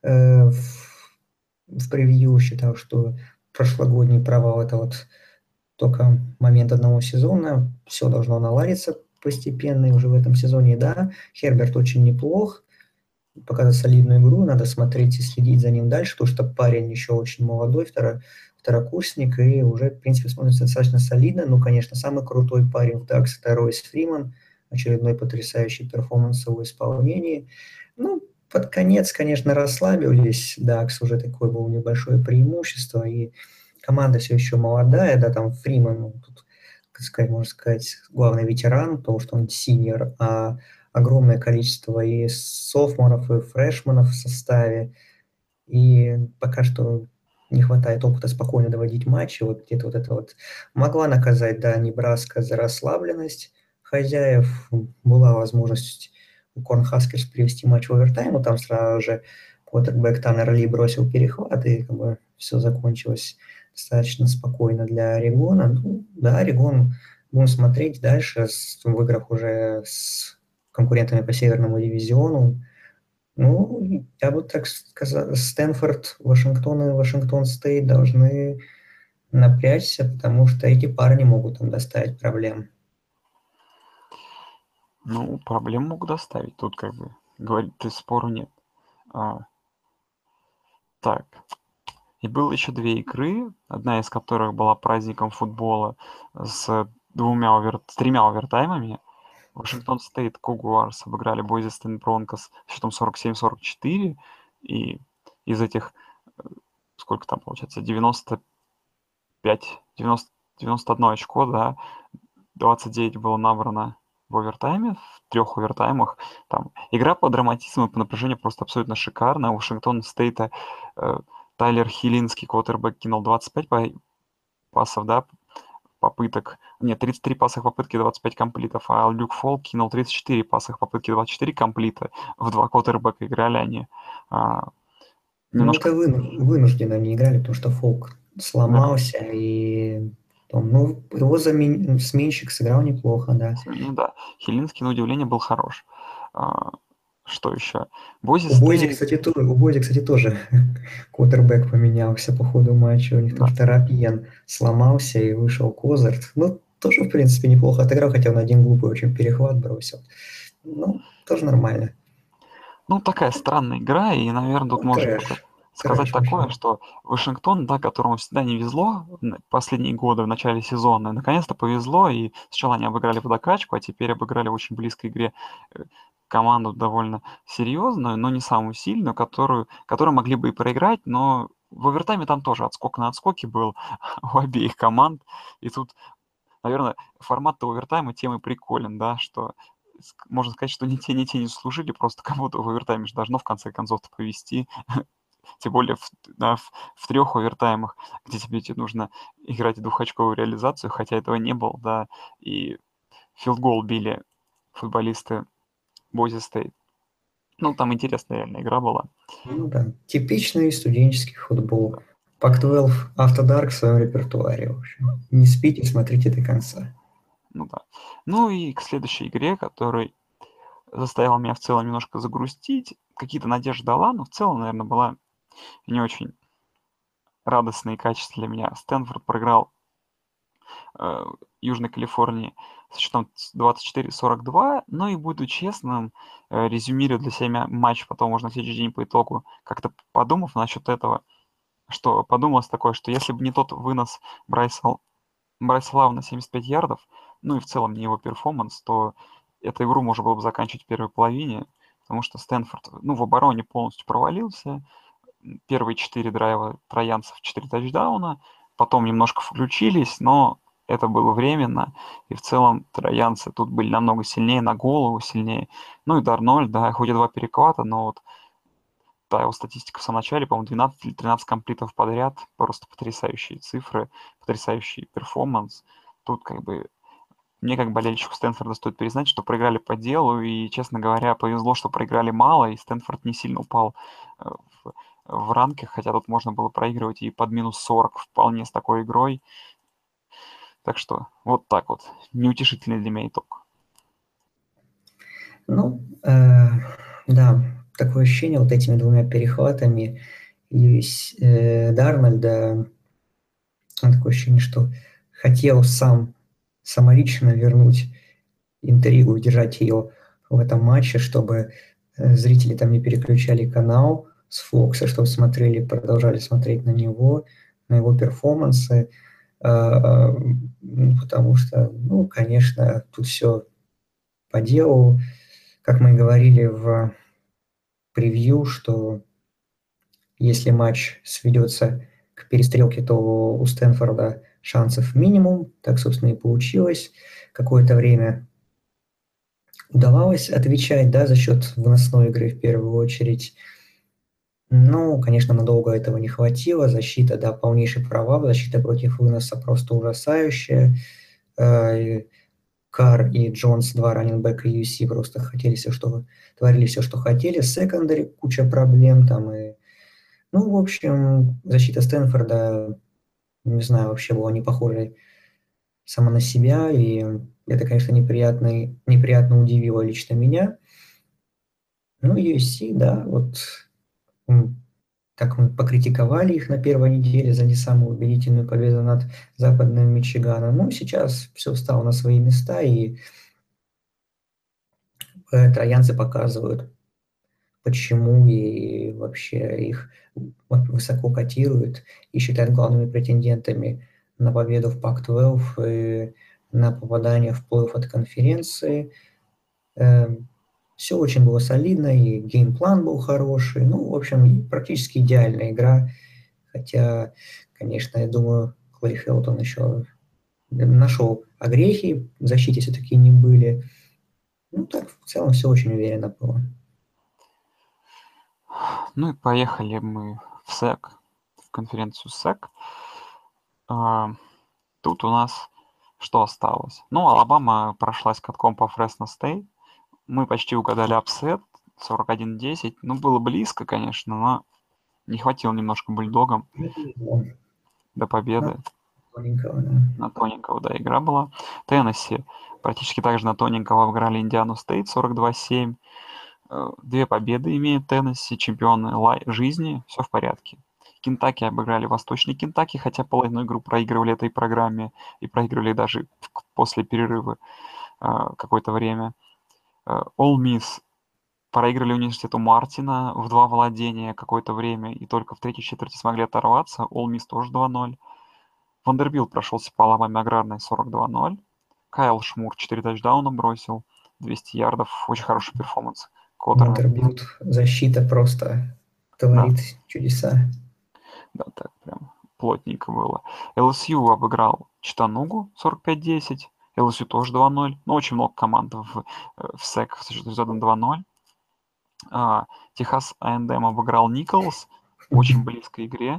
C: в превью, считал, что прошлогодний провал — это вот только момент одного сезона, все должно наладиться постепенно, и уже в этом сезоне, да, Херберт очень неплох, показывает солидную игру, надо смотреть и следить за ним дальше, потому что парень еще очень молодой, второкурсник, и уже, в принципе, смотрится достаточно солидно. Ну, конечно, самый крутой парень в Дакс — это Ройс Фриман, очередной потрясающий перформанс в его исполнении. Ну, под конец, конечно, расслабились, Дакс уже такое было небольшое преимущество, и команда все еще молодая, да, там Фриман, ну, тут, так сказать, можно сказать, главный ветеран, потому что он синьор, а огромное количество и софтморов, и фрешманов в составе, и пока что не хватает опыта спокойно доводить матчи. Вот где-то вот это вот могла наказать, да, Небраска за расслабленность хозяев. Была возможность у Корнхаскерс привести матч в овертайм, но там сразу же квотербэк Таннер Ли бросил перехват, и как бы все закончилось достаточно спокойно для Орегона. Ну, да, Орегон будем смотреть дальше в играх уже с конкурентами по Северному дивизиону. Ну, я бы так сказал, Стэнфорд, Вашингтон и Вашингтон Стейт должны напрячься, потому что эти парни могут там доставить проблем.
B: Ну, проблем могут доставить. Тут как бы говорить спору нет. Так. И было еще 2 игры, одна из которых была праздником футбола с 3 овертаймами. Вашингтон Стейт Кугуарс обыграли Бойзи Стейт Бронкос счетом 47-44. И из этих, сколько там получается, 91 очко, да, 29 было набрано в овертайме, в 3 овертаймах. Там игра по драматизму и по напряжению просто абсолютно шикарная. У Вашингтон Стейта Тайлер Хилинский, квотербэк, кинул 25 пасов, да, попыток. Нет, 33 пасах попытки, 25 комплитов, а Люк Фолк кинул 34 пасах попытки, 24 комплита. В 2 квотербэка играли они.
C: Ну, это
B: Немножко...
C: вынужденно они играли, потому что Фолк
B: Да,
C: сломался, и ну, его сменщик сыграл неплохо, да.
B: да. Хилинский, на удивление, был хорош. Что еще? Бойзи
C: У Бойзи,
B: Стейт...
C: кстати, тоже квотербэк поменялся по ходу матча. У них
B: Да.
C: там Тарапьен сломался и вышел Козырт. Ну, тоже, в принципе, неплохо отыграл, хотя он один глупый очень перехват бросил. Ну, тоже нормально.
B: Ну, такая странная игра, и, наверное, тут
C: Ну,
B: можно только сказать
C: трэш
B: такое,
C: очень.
B: что Вашингтон, да, которому всегда не везло последние годы в начале сезона, наконец-то повезло, и сначала они обыграли в докачку, а теперь обыграли в очень близкой игре команду довольно серьезную, но не самую сильную, которую могли бы и проиграть, но в овертайме там тоже отскок на отскоке был у обеих команд, и тут, наверное, формат овертайма тем и приколен, да, что можно сказать, что ни те не служили, просто кому-то в овертайме же должно в конце концов повести. Тем более в 3 овертаймах, где тебе нужно играть двухочковую реализацию, хотя этого не было, да, и филдгол били футболисты Бойзи Стейт. Ну, там интересная реально игра была.
C: Ну да, типичный студенческий футбол. Pac-12 After Dark в своем репертуаре, в общем. Не спите, смотрите до конца.
B: Ну да. Ну и к следующей игре, которая заставила меня в целом немножко загрустить. Какие-то надежды дала, но в целом, наверное, была не очень радостная и качественная для меня. Стэнфорд проиграл Южной Калифорнии со счетом 24-42. Но и буду честным, резюмирую для себя матч, потом можно в следующий день по итогу, как-то подумав насчет этого, что подумалось такое, что если бы не тот вынос Брайса Лава на 75 ярдов, ну и в целом не его перформанс, то эту игру можно было бы заканчивать в первой половине, потому что Стэнфорд, ну, в обороне полностью провалился. Первые 4 драйва троянцев, 4 тачдауна, потом немножко включились, но это было временно, и в целом троянцы тут были намного сильнее, на голову сильнее. Ну и Дарнольд, да, хоть и 2 перехвата, но вот та его статистика в самом начале, по-моему, 12 или 13 комплитов подряд, просто потрясающие цифры, потрясающий перформанс. Тут как бы мне как болельщику Стэнфорда стоит признать, что проиграли по делу, и, честно говоря, повезло, что проиграли мало, и Стэнфорд не сильно упал в, в ранках, хотя тут можно было проигрывать и под минус 40 вполне с такой игрой. Так что вот так вот. Неутешительный для меня итог.
C: Ну, да, такое ощущение вот этими двумя перехватами и Дарнольда, такое ощущение, что хотел самолично вернуть интригу, держать ее в этом матче, чтобы зрители там не переключали канал с Фокса, чтобы продолжали смотреть на него, на его перформансы, потому что, ну, конечно, тут все по делу, как мы и говорили в превью, что если матч сведется к перестрелке, то у Стэнфорда шансов минимум. Так, собственно, и получилось. Какое-то время удавалось отвечать, да, за счет выносной игры в первую очередь. Ну, конечно, надолго этого не хватило. Защита, да, полнейший провал. Защита против выноса просто ужасающая. И Карр и Джонс, два раннинбека UC, просто творили все, что хотели. Секондари куча проблем там. Ну, в общем, защита Стэнфорда, не знаю, вообще была не похожей сама на себя. И это, конечно, неприятно удивило лично меня. Ну, USC, да, вот так мы покритиковали их на первой неделе за не самую убедительную победу над Западным Мичиганом. Ну, сейчас все встало на свои места, и троянцы показывают, почему и вообще их высоко котируют и считают главными претендентами на победу в Пак-12 и на попадание в плей-офф от конференции. Все очень было солидно, и геймплан был хороший. Ну, в общем, практически идеальная игра. Хотя, конечно, я думаю, Клей Хелтон еще нашел огрехи, в защите все-таки не были. Ну, так, в целом, все очень уверенно было.
B: Ну и поехали мы в СЭК, в конференцию СЭК. Тут у нас что осталось? Ну, Алабама прошлась катком по Фресно Стейт. Мы почти угадали апсет, 41-10. Ну, было близко, конечно, но не хватило немножко бульдогам до победы.
C: Тоненького, да.
B: На тоненького, да, игра была. Теннесси практически так же на тоненького обыграли Индиану Стейт 42-7. 2 победы имеет Теннесси, чемпионы жизни, все в порядке. Кентаки обыграли Восточный Кентаки, хотя половину игру проигрывали этой программе и проигрывали даже после перерыва какое-то время. Ole Miss проиграли университету Мартина в 2 владения какое-то время и только в третьей четверти смогли оторваться. Ole Miss тоже 2-0. Вандербилт прошелся по Алабаме аграрной 42-0. Кайл Шмур 4 тачдауна бросил, 200 ярдов, очень хороший перформанс.
C: Вандербилт, защита просто творит чудеса.
B: Да, так прям плотненько было. LSU обыграл Читанугу 45-10. LSU тоже 2-0. Ну, очень много команд в СЭК с результатом 2-0. Техас A&M обыграл Николс в очень близкой игре.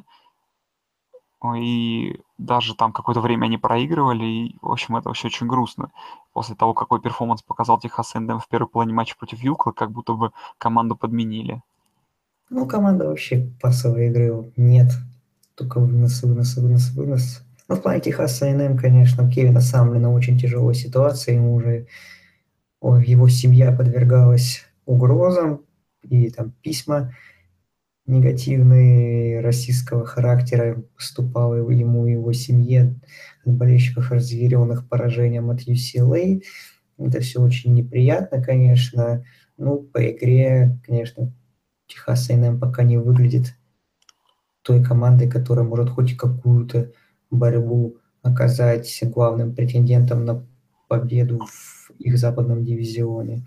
B: И даже там какое-то время они проигрывали. И, в общем, это вообще очень грустно. После того, какой перформанс показал Техас A&M в первой половине матча против Юкла, как будто бы команду подменили.
C: Ну, команда вообще пасовой игры нет. Только вынос. Ну, в плане Техаса A&M, конечно, Кевина Самлина очень тяжелая ситуация. Ему уже его семья подвергалась угрозам, и там письма негативные российского характера поступало ему и его семье от болельщиков, разъяренных поражением от UCLA. Это все очень неприятно, конечно. Ну, по игре, конечно, Техас A&M пока не выглядит той командой, которая может хоть какую-то борьбу оказать главным претендентом на победу в их западном дивизионе.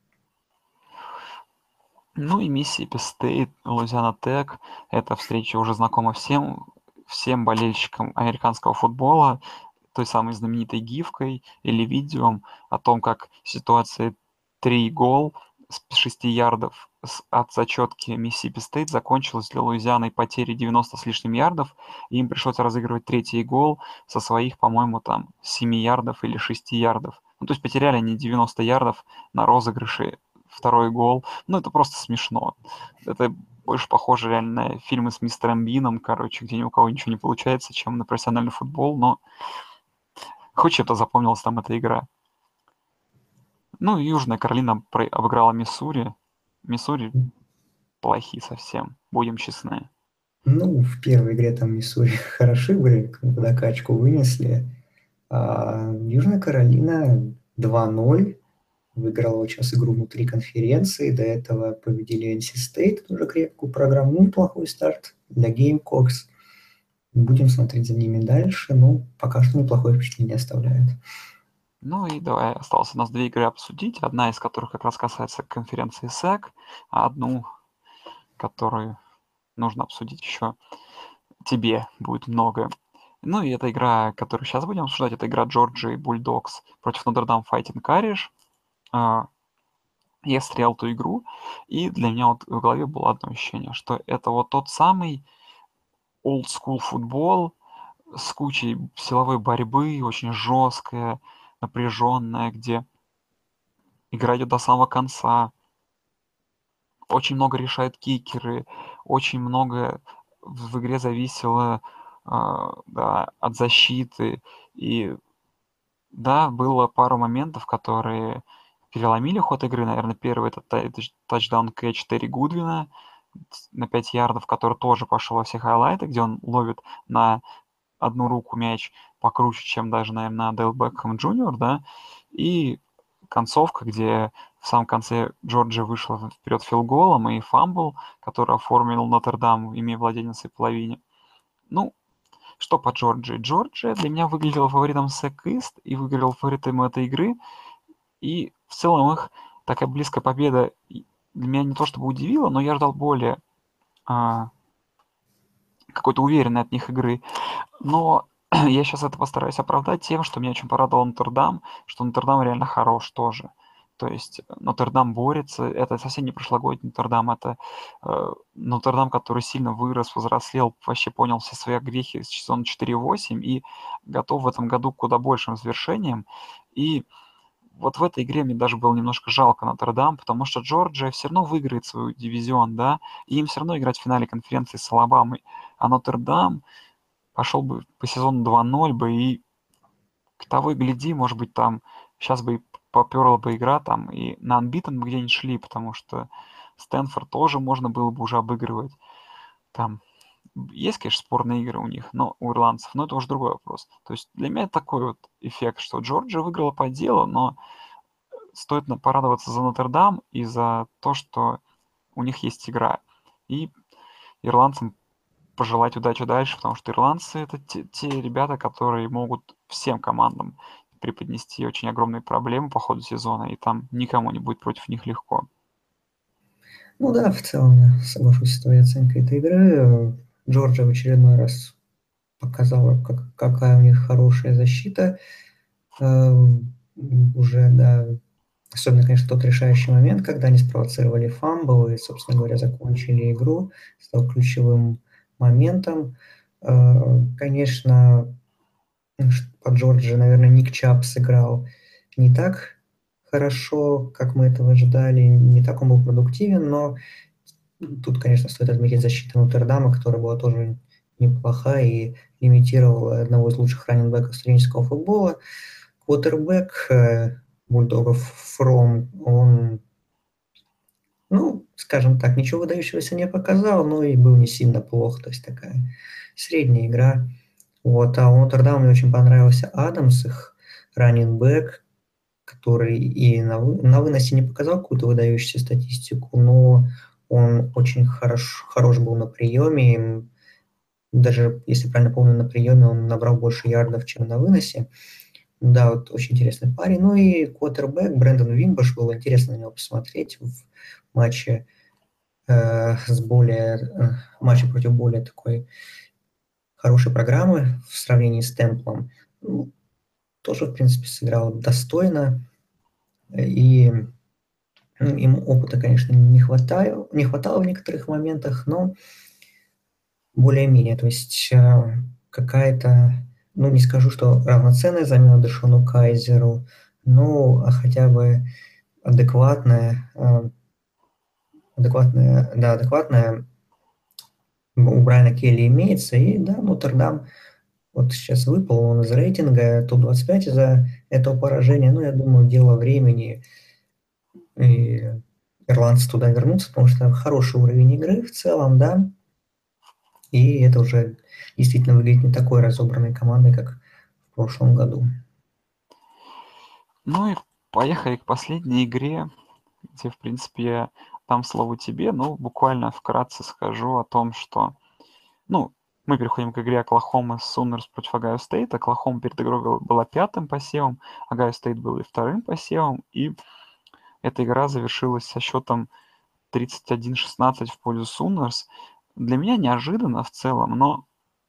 B: Ну и Миссисипи Стейт, Луизиана Тек. Эта встреча уже знакома всем болельщикам американского футбола, той самой знаменитой гифкой или видео о том, как ситуация 3 гол с 6 ярдов от зачетки Миссисипи Стейт закончилась для Луизианы потерей 90 с лишним ярдов, и им пришлось разыгрывать третий гол со своих, по-моему, там 7 ярдов или 6 ярдов. Ну, то есть потеряли они 90 ярдов на розыгрыше, второй гол. Ну, это просто смешно. Это больше похоже реально на фильмы с мистером Бином, короче, где ни у кого ничего не получается, чем на профессиональный футбол, но хоть чем-то запомнилась там эта игра. Ну, и Южная Каролина обыграла Миссури. Миссури плохи совсем, будем честны.
C: Ну, в первой игре там Миссури хороши были, водокачку вынесли. А Южная Каролина 2-0 выиграла сейчас игру внутри конференции. До этого победили NC State, тоже крепкую программу. Ну, неплохой старт для Gamecocks. Будем смотреть за ними дальше. Ну, пока что неплохое впечатление оставляет.
B: Ну и давай, осталось у нас 2 игры обсудить, одна из которых как раз касается конференции SEC, а одну, которую нужно обсудить еще тебе будет много. Ну и эта игра, которую сейчас будем обсуждать, это игра Georgia Bulldogs против Notre Dame Fighting Irish. Я стрелял эту игру, и для меня вот в голове было одно ощущение, что это вот тот самый old school футбол с кучей силовой борьбы, очень жесткая, напряженная, где игра идет до самого конца, очень много решают кикеры, очень много в игре зависело да, от защиты. И да, было пару моментов, которые переломили ход игры. Наверное, первый это тачдаун-кэтч Терри Гудвина на 5 ярдов, который тоже пошел во все хайлайты, где он ловит на одну руку мяч покруче, чем даже, наверное, Дэл Бекхэм Джуниор, да, и концовка, где в самом конце Джорджия вышла вперед филголом и фамбл, который оформил Нотр-Дам, имея владение на своей половине. Ну, что по Джорджии? Джорджия для меня выглядела фаворитом Сэк-Ист и выиграл фаворитом этой игры, и в целом их такая близкая победа для меня не то чтобы удивила, но я ждал более какой-то уверенной от них игры. Но я сейчас это постараюсь оправдать тем, что меня очень порадовал Нотр-Дам, что Нотр-Дам реально хорош тоже. То есть Нотр-Дам борется, это совсем не прошлогодний Нотр-Дам, это Нотр-Дам, который сильно вырос, возрослел, вообще понял все свои грехи с сезона 4.8 и готов в этом году к куда большим завершениям. И вот в этой игре мне даже было немножко жалко Нотр-Дам, потому что Джорджия все равно выиграет свой дивизион, да, и им все равно играть в финале конференции с Алабамой. А Нотр-Дам пошел бы по сезону 2-0 бы, и к того и гляди, может быть, там сейчас бы и поперла бы игра, там и на Unbeaten бы где-нибудь шли, потому что Стэнфорд тоже можно было бы уже обыгрывать. Там есть, конечно, спорные игры у них, но у ирландцев, но это уже другой вопрос. То есть для меня такой вот эффект, что Джорджия выиграла по делу, но стоит порадоваться за Нотр-Дам и за то, что у них есть игра. И ирландцам пожелать удачи дальше, потому что ирландцы это те ребята, которые могут всем командам преподнести очень огромные проблемы по ходу сезона, и там никому не будет против них легко.
C: Ну да, в целом я соглашусь с твоей оценкой этой игры. Джорджия в очередной раз показала, какая у них хорошая защита. Уже, да, особенно, конечно, тот решающий момент, когда они спровоцировали фамбл и, собственно говоря, закончили игру, стал ключевым моментом. Конечно, по Джорджии, наверное, Ник Чап сыграл не так хорошо, как мы этого ожидали, не так он был продуктивен, но тут, конечно, стоит отметить защиту Нотр-Дама, которая была тоже неплоха и имитировала одного из лучших раннинбеков студенческого футбола. Квотербек Бульдогов Фром, он, ну, скажем так, ничего выдающегося не показал, но и был не сильно плох, то есть такая средняя игра. Вот, а у Нотр-Дама мне очень понравился Адамс, их раннинбэк, который и на выносе не показал какую-то выдающуюся статистику, но он очень хорош был на приеме. Даже, если правильно помню, на приеме он набрал больше ярдов, чем на выносе. Да, вот очень интересный парень. Ну и квотербек Брэндон Вимбаш, было интересно на него посмотреть в матче матче против более такой хорошей программы в сравнении с Темплом. Ну, тоже, в принципе, сыграл достойно. И им опыта, конечно, не хватало в некоторых моментах, но более-менее. То есть какая-то, ну, не скажу, что равноценная замена Дэшону Кайзеру, но хотя бы адекватная у Брайана Келли имеется. И да, Нотр-Дам вот сейчас выпал он из рейтинга топ-25 из-за этого поражения. Ну, я думаю, дело времени, и ирландцы туда вернутся, потому что хороший уровень игры в целом, да. И это уже действительно выглядит не такой разобранной командой, как в прошлом году.
B: Ну и поехали к последней игре, где, в принципе, я дам слово тебе, но буквально вкратце скажу о том, что, ну, мы переходим к игре Оклахома Сунерс против Огайо Стейт. Оклахома перед игрой была 5-м посевом, Огайо Стейт был и 2-м посевом, и эта игра завершилась со счетом 31-16 в пользу Сунерс. Для меня неожиданно в целом, но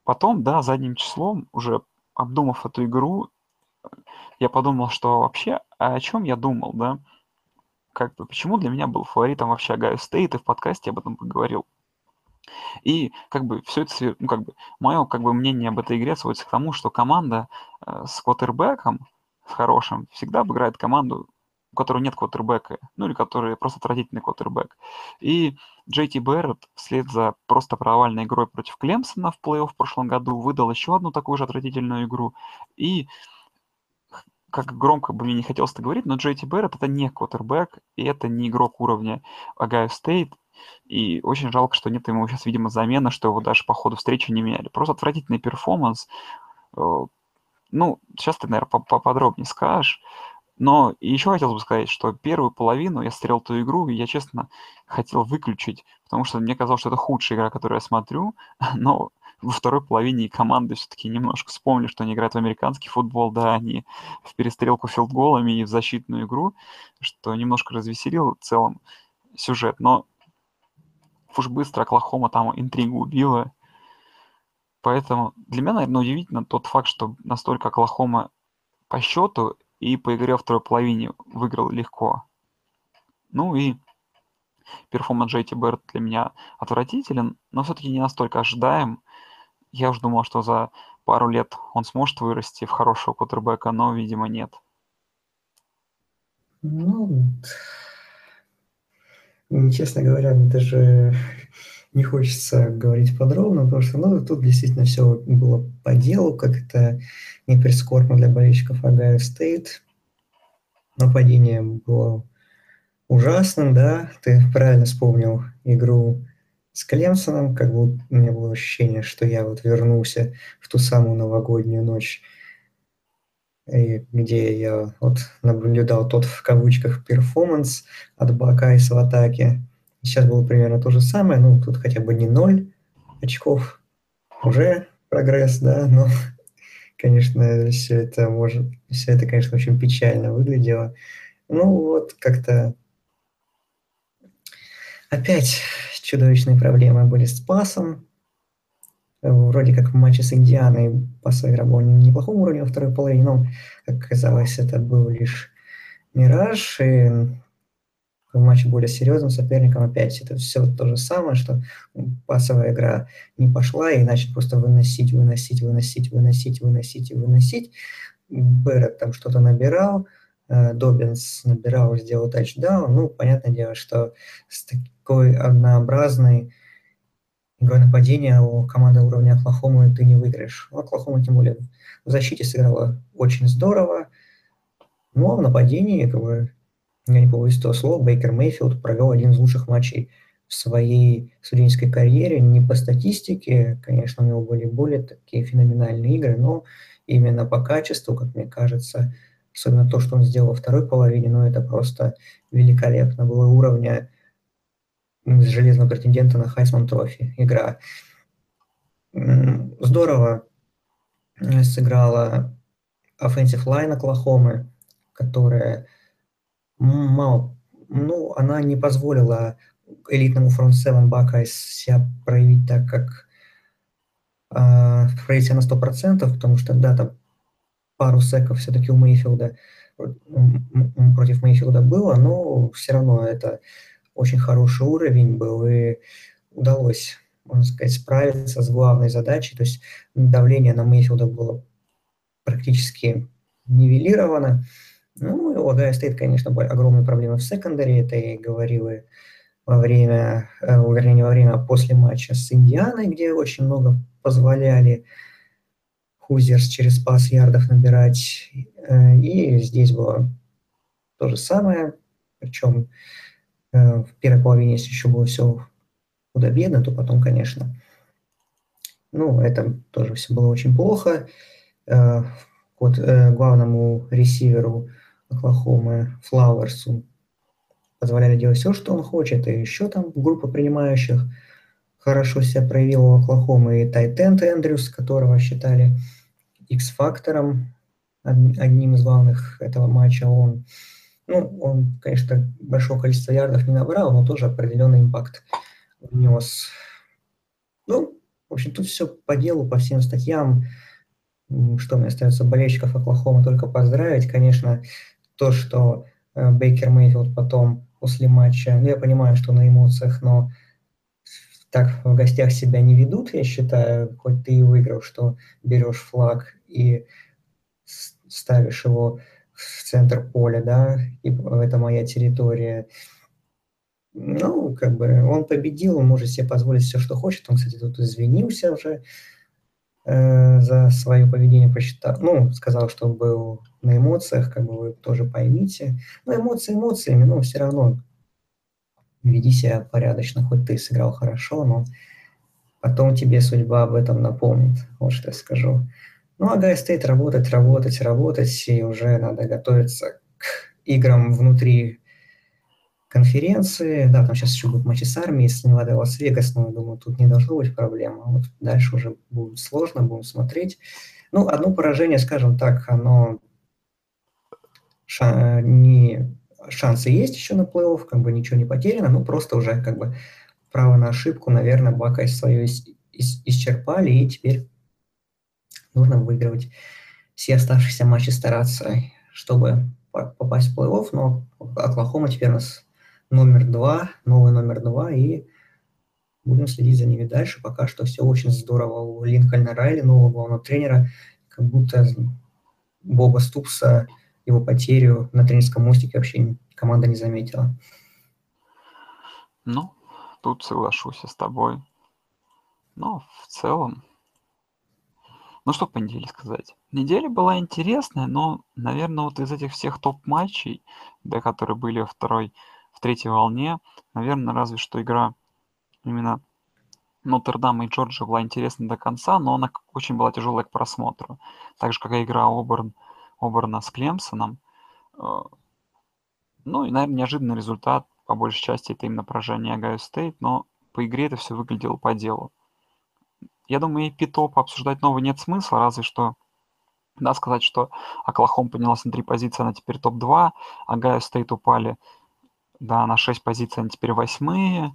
B: потом, да, задним числом, уже обдумав эту игру, я подумал, что вообще, а о чем я думал, да? Как бы, почему для меня был фаворитом вообще Ohio State, и в подкасте об этом поговорил. И как бы все это, ну, как бы, мое как бы мнение об этой игре сводится к тому, что команда с квотербеком, с хорошим, всегда обыграет команду, у которой нет квотербека, ну или который просто отвратительный квотербек. И Джей Ти Берретт вслед за просто провальной игрой против Клемсона в плей-офф в прошлом году выдал еще одну такую же отвратительную игру. И как громко бы мне не хотелось это говорить, но Джей Ти Берретт это не квотербек, и это не игрок уровня Ohio State. И очень жалко, что нет ему сейчас, видимо, замены, что его даже по ходу встречи не меняли. Просто отвратительный перформанс. Ну, сейчас ты, наверное, поподробнее скажешь. Но еще хотелось бы сказать, что первую половину я смотрел эту игру, и я, честно, хотел выключить, потому что мне казалось, что это худшая игра, которую я смотрю, но во второй половине и команды все-таки немножко вспомнили, что они играют в американский футбол, да, они в перестрелку филдголами и в защитную игру, что немножко развеселил в целом сюжет. Но уж быстро Оклахома там интригу убила. Поэтому для меня, наверное, удивительно тот факт, что настолько Оклахома по счету и по игре во второй половине выиграл легко. Ну и перформанс Джей Ти Берретт для меня отвратителен, но все-таки не настолько ожидаем. Я уже думал, что за пару лет он сможет вырасти в хорошего квотербека, но, видимо, нет.
C: Ну, честно говоря, мне даже не хочется говорить подробно, потому что, ну, тут действительно все было по делу, как это не прискорбно для болельщиков Ohio State. Нападение было ужасным, да, ты правильно вспомнил игру с Клемсоном, как бы у меня было ощущение, что я вот вернулся в ту самую новогоднюю ночь, где я вот наблюдал тот, в кавычках, перформанс от Бакайса в атаке. Сейчас было примерно то же самое, ну, тут хотя бы не 0 очков, уже прогресс, да, но, конечно, все это, конечно, очень печально выглядело. Ну, вот как-то опять чудовищные проблемы были с пасом. Вроде как в матче с Индианой пасовая игра была на неплохом уровне во второй половине, но, как оказалось, это был лишь мираж, и в матче более серьезным соперником опять это все то же самое, что пасовая игра не пошла, и начали просто выносить. Берретт там что-то набирал, Доббинс набирал, сделал тачдаун. Ну, понятное дело, что с такой однообразной игрой нападения у команды уровня Оклахомы ты не выиграешь. Оклахома, тем более, в защите сыграла очень здорово, но в нападении, как бы, я не побоюсь этого слова, Бейкер Мейфилд провел один из лучших матчей в своей студенческой карьере. Не по статистике, конечно, у него были более такие феноменальные игры, но именно по качеству, как мне кажется, особенно то, что он сделал во второй половине, ну, это просто великолепно. Было уровня железного претендента на Хайсман Трофи игра. Здорово сыграла offensive line Оклахомы, которая мало, ну, она не позволила элитному фронт 7 Buckeyes себя проявить так, как проявить себя на 100%, потому что, да, там пару секов все-таки у Мейфилда против Мейфилда было, но все равно это очень хороший уровень был, и удалось, можно сказать, справиться с главной задачей, то есть давление на Мейфилда было практически нивелировано. Ну, и у Ohio State, конечно, были огромные проблемы в секондаре, это я и говорил и во время, вернее, не во время, а после матча с Индианой, где очень много позволяли Хузерс через пас ярдов набирать, и здесь было то же самое, причем в первой половине, если еще было все худо-бедно, то потом, конечно, ну, это тоже все было очень плохо. Главному ресиверу Оклахомы Флауэрсу позволяли делать все, что он хочет, и еще там группа принимающих хорошо себя проявила у Оклахомы, и Тайт Энд Эндрюс, которого считали X-фактором, одним из главных этого матча. Он, конечно, большого количества ярдов не набрал, но тоже определенный импакт внес. Ну, общем, тут все по делу, по всем статьям. Что мне остается болельщиков Оклахомы только поздравить. Конечно, то, что Бейкер Мейфилд потом после матча, ну, я понимаю, что на эмоциях, но так в гостях себя не ведут, я считаю, хоть ты и выиграл, что берешь флаг и ставишь его в центр поля, да, и это моя территория. Ну, как бы он победил, он может себе позволить все, что хочет. Он, кстати, тут извинился уже за свое поведение, посчитал, ну, сказал, что был на эмоциях, как бы вы тоже поймите. Ну, эмоции эмоциями, но все равно веди себя порядочно, хоть ты сыграл хорошо, но потом тебе судьба об этом напомнит, вот что я скажу. Ну, а Гайо Стейт работать, и уже надо готовиться к играм внутри конференции. Да, там сейчас еще будут матчи с армией, с Невадой, Лас-Вегас, но, я думаю, тут не должно быть проблем. А вот дальше уже будет сложно, будем смотреть. Ну, одно поражение, скажем так, оно шансы есть еще на плей-офф, как бы ничего не потеряно, ну, просто уже как бы право на ошибку, наверное, Бакай свое исчерпали, и теперь нужно выигрывать все оставшиеся матчи, стараться, чтобы попасть в плей-офф, но Оклахома теперь у нас новый номер 2, и будем следить за ними дальше. Пока что все очень здорово. У Линкольна Райли, нового главного тренера, как будто Боба Ступса, его потерю на тренерском мостике вообще команда не заметила.
B: Ну, тут соглашусь с тобой. Но в целом... Ну, что по неделе сказать? Неделя была интересная, но, наверное, вот из этих всех топ-матчей, да, которые были в третьей волне, наверное, разве что игра именно Нотр-Дама и Джорджия была интересна до конца, но она очень была тяжелая к просмотру. Так же, как и игра Оберна с Клемсоном. Ну и, наверное, неожиданный результат, по большей части, это именно поражение Огайо Стейт, но по игре это все выглядело по делу. Я думаю, и топ обсуждать новый нет смысла, разве что, да, сказать, что Оклахома поднялась на 3 позиции, она теперь топ-2, Огайо Стейт упали, да, на 6 позиций, они теперь 8-е.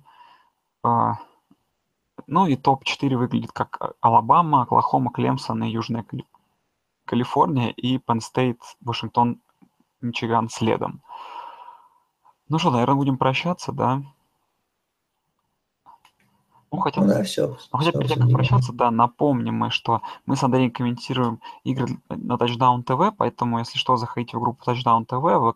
B: Ну и топ-4 выглядит как Алабама, Оклахома, Клемсон и Южная Калифорния, и Penn State, Вашингтон, Мичиган следом. Ну что, наверное, будем прощаться, да? Ну, хотя перед тем, как прощаться, да, напомним мы, что мы с Андреем комментируем игры на Touchdown TV, поэтому, если что, заходите в группу Touchdown TV,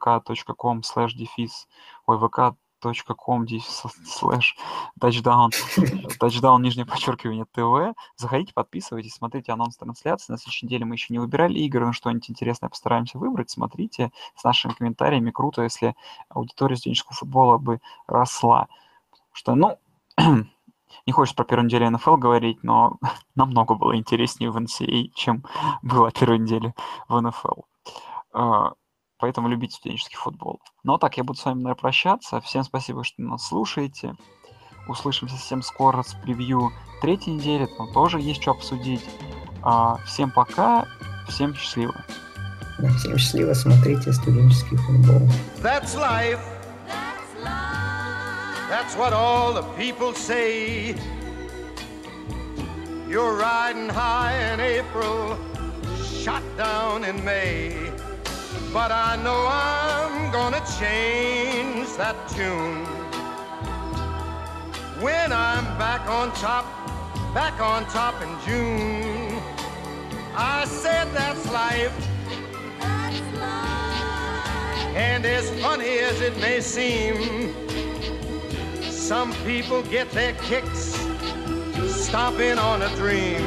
B: vk.com/touchdown, нижнее подчеркивание ТВ. Заходите, подписывайтесь, смотрите анонс трансляции. На следующей неделе мы еще не выбирали игры, но что-нибудь интересное постараемся выбрать. Смотрите с нашими комментариями. Круто, если аудитория студенческого футбола бы росла. Что, ну... Не хочется про первую неделю НФЛ говорить, но намного было интереснее в NCAA, чем была первая неделя в НФЛ. Поэтому любите студенческий футбол. Ну а так, я буду с вами, наверное, прощаться. Всем спасибо, что нас слушаете. Услышимся совсем скоро с превью третьей недели. Там тоже есть что обсудить. Всем пока, всем счастливо.
C: Всем счастливо, смотрите студенческий футбол.
A: That's life. That's what all the people say. You're riding high in April, shot down in May. But I know I'm gonna change that tune when I'm back on top in June. I said that's life. That's life. And as funny as it may seem, some people get their kicks stomping on a dream.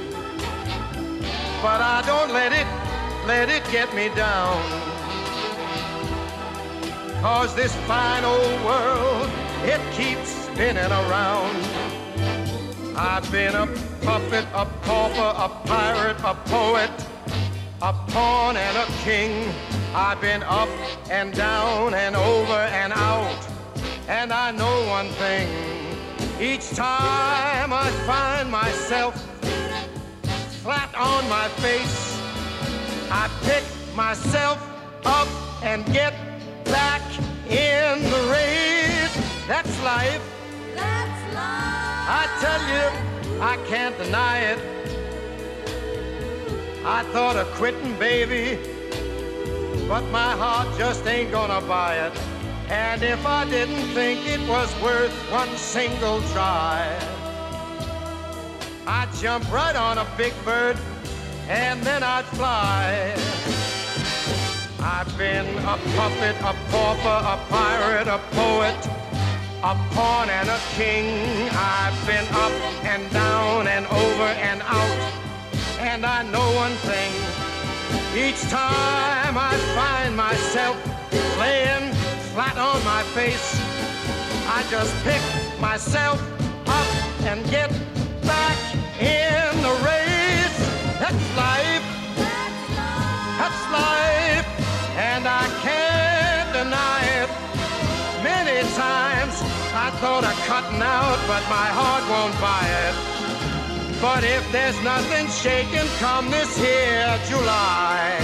A: But I don't let it get me down. 'Cause this fine old world, it keeps spinning around. I've been a puppet, a pauper, a pirate, a poet, a pawn and a king. I've been up and down and over and out. And I know one thing, each time I find myself flat on my face, I pick myself up and get back in the race. That's life. That's life. I tell you, I can't deny it. I thought of quitting, baby, but my heart just ain't gonna buy it. And if I didn't think it was worth one single try, I'd jump right on a big bird and then I'd fly. I've been a puppet, a pauper, a pirate, a poet, a pawn and a king. I've been up and down and over and out, and I know one thing. Each time I find myself laying flat on my face, I just pick myself up and get back in the race. That's life. That's life. And I can't deny it. Many times I thought of cutting out, but my heart won't buy it. But if there's nothing shaking come this here July,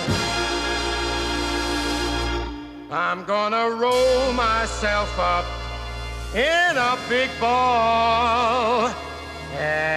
A: I'm gonna roll myself up in a big ball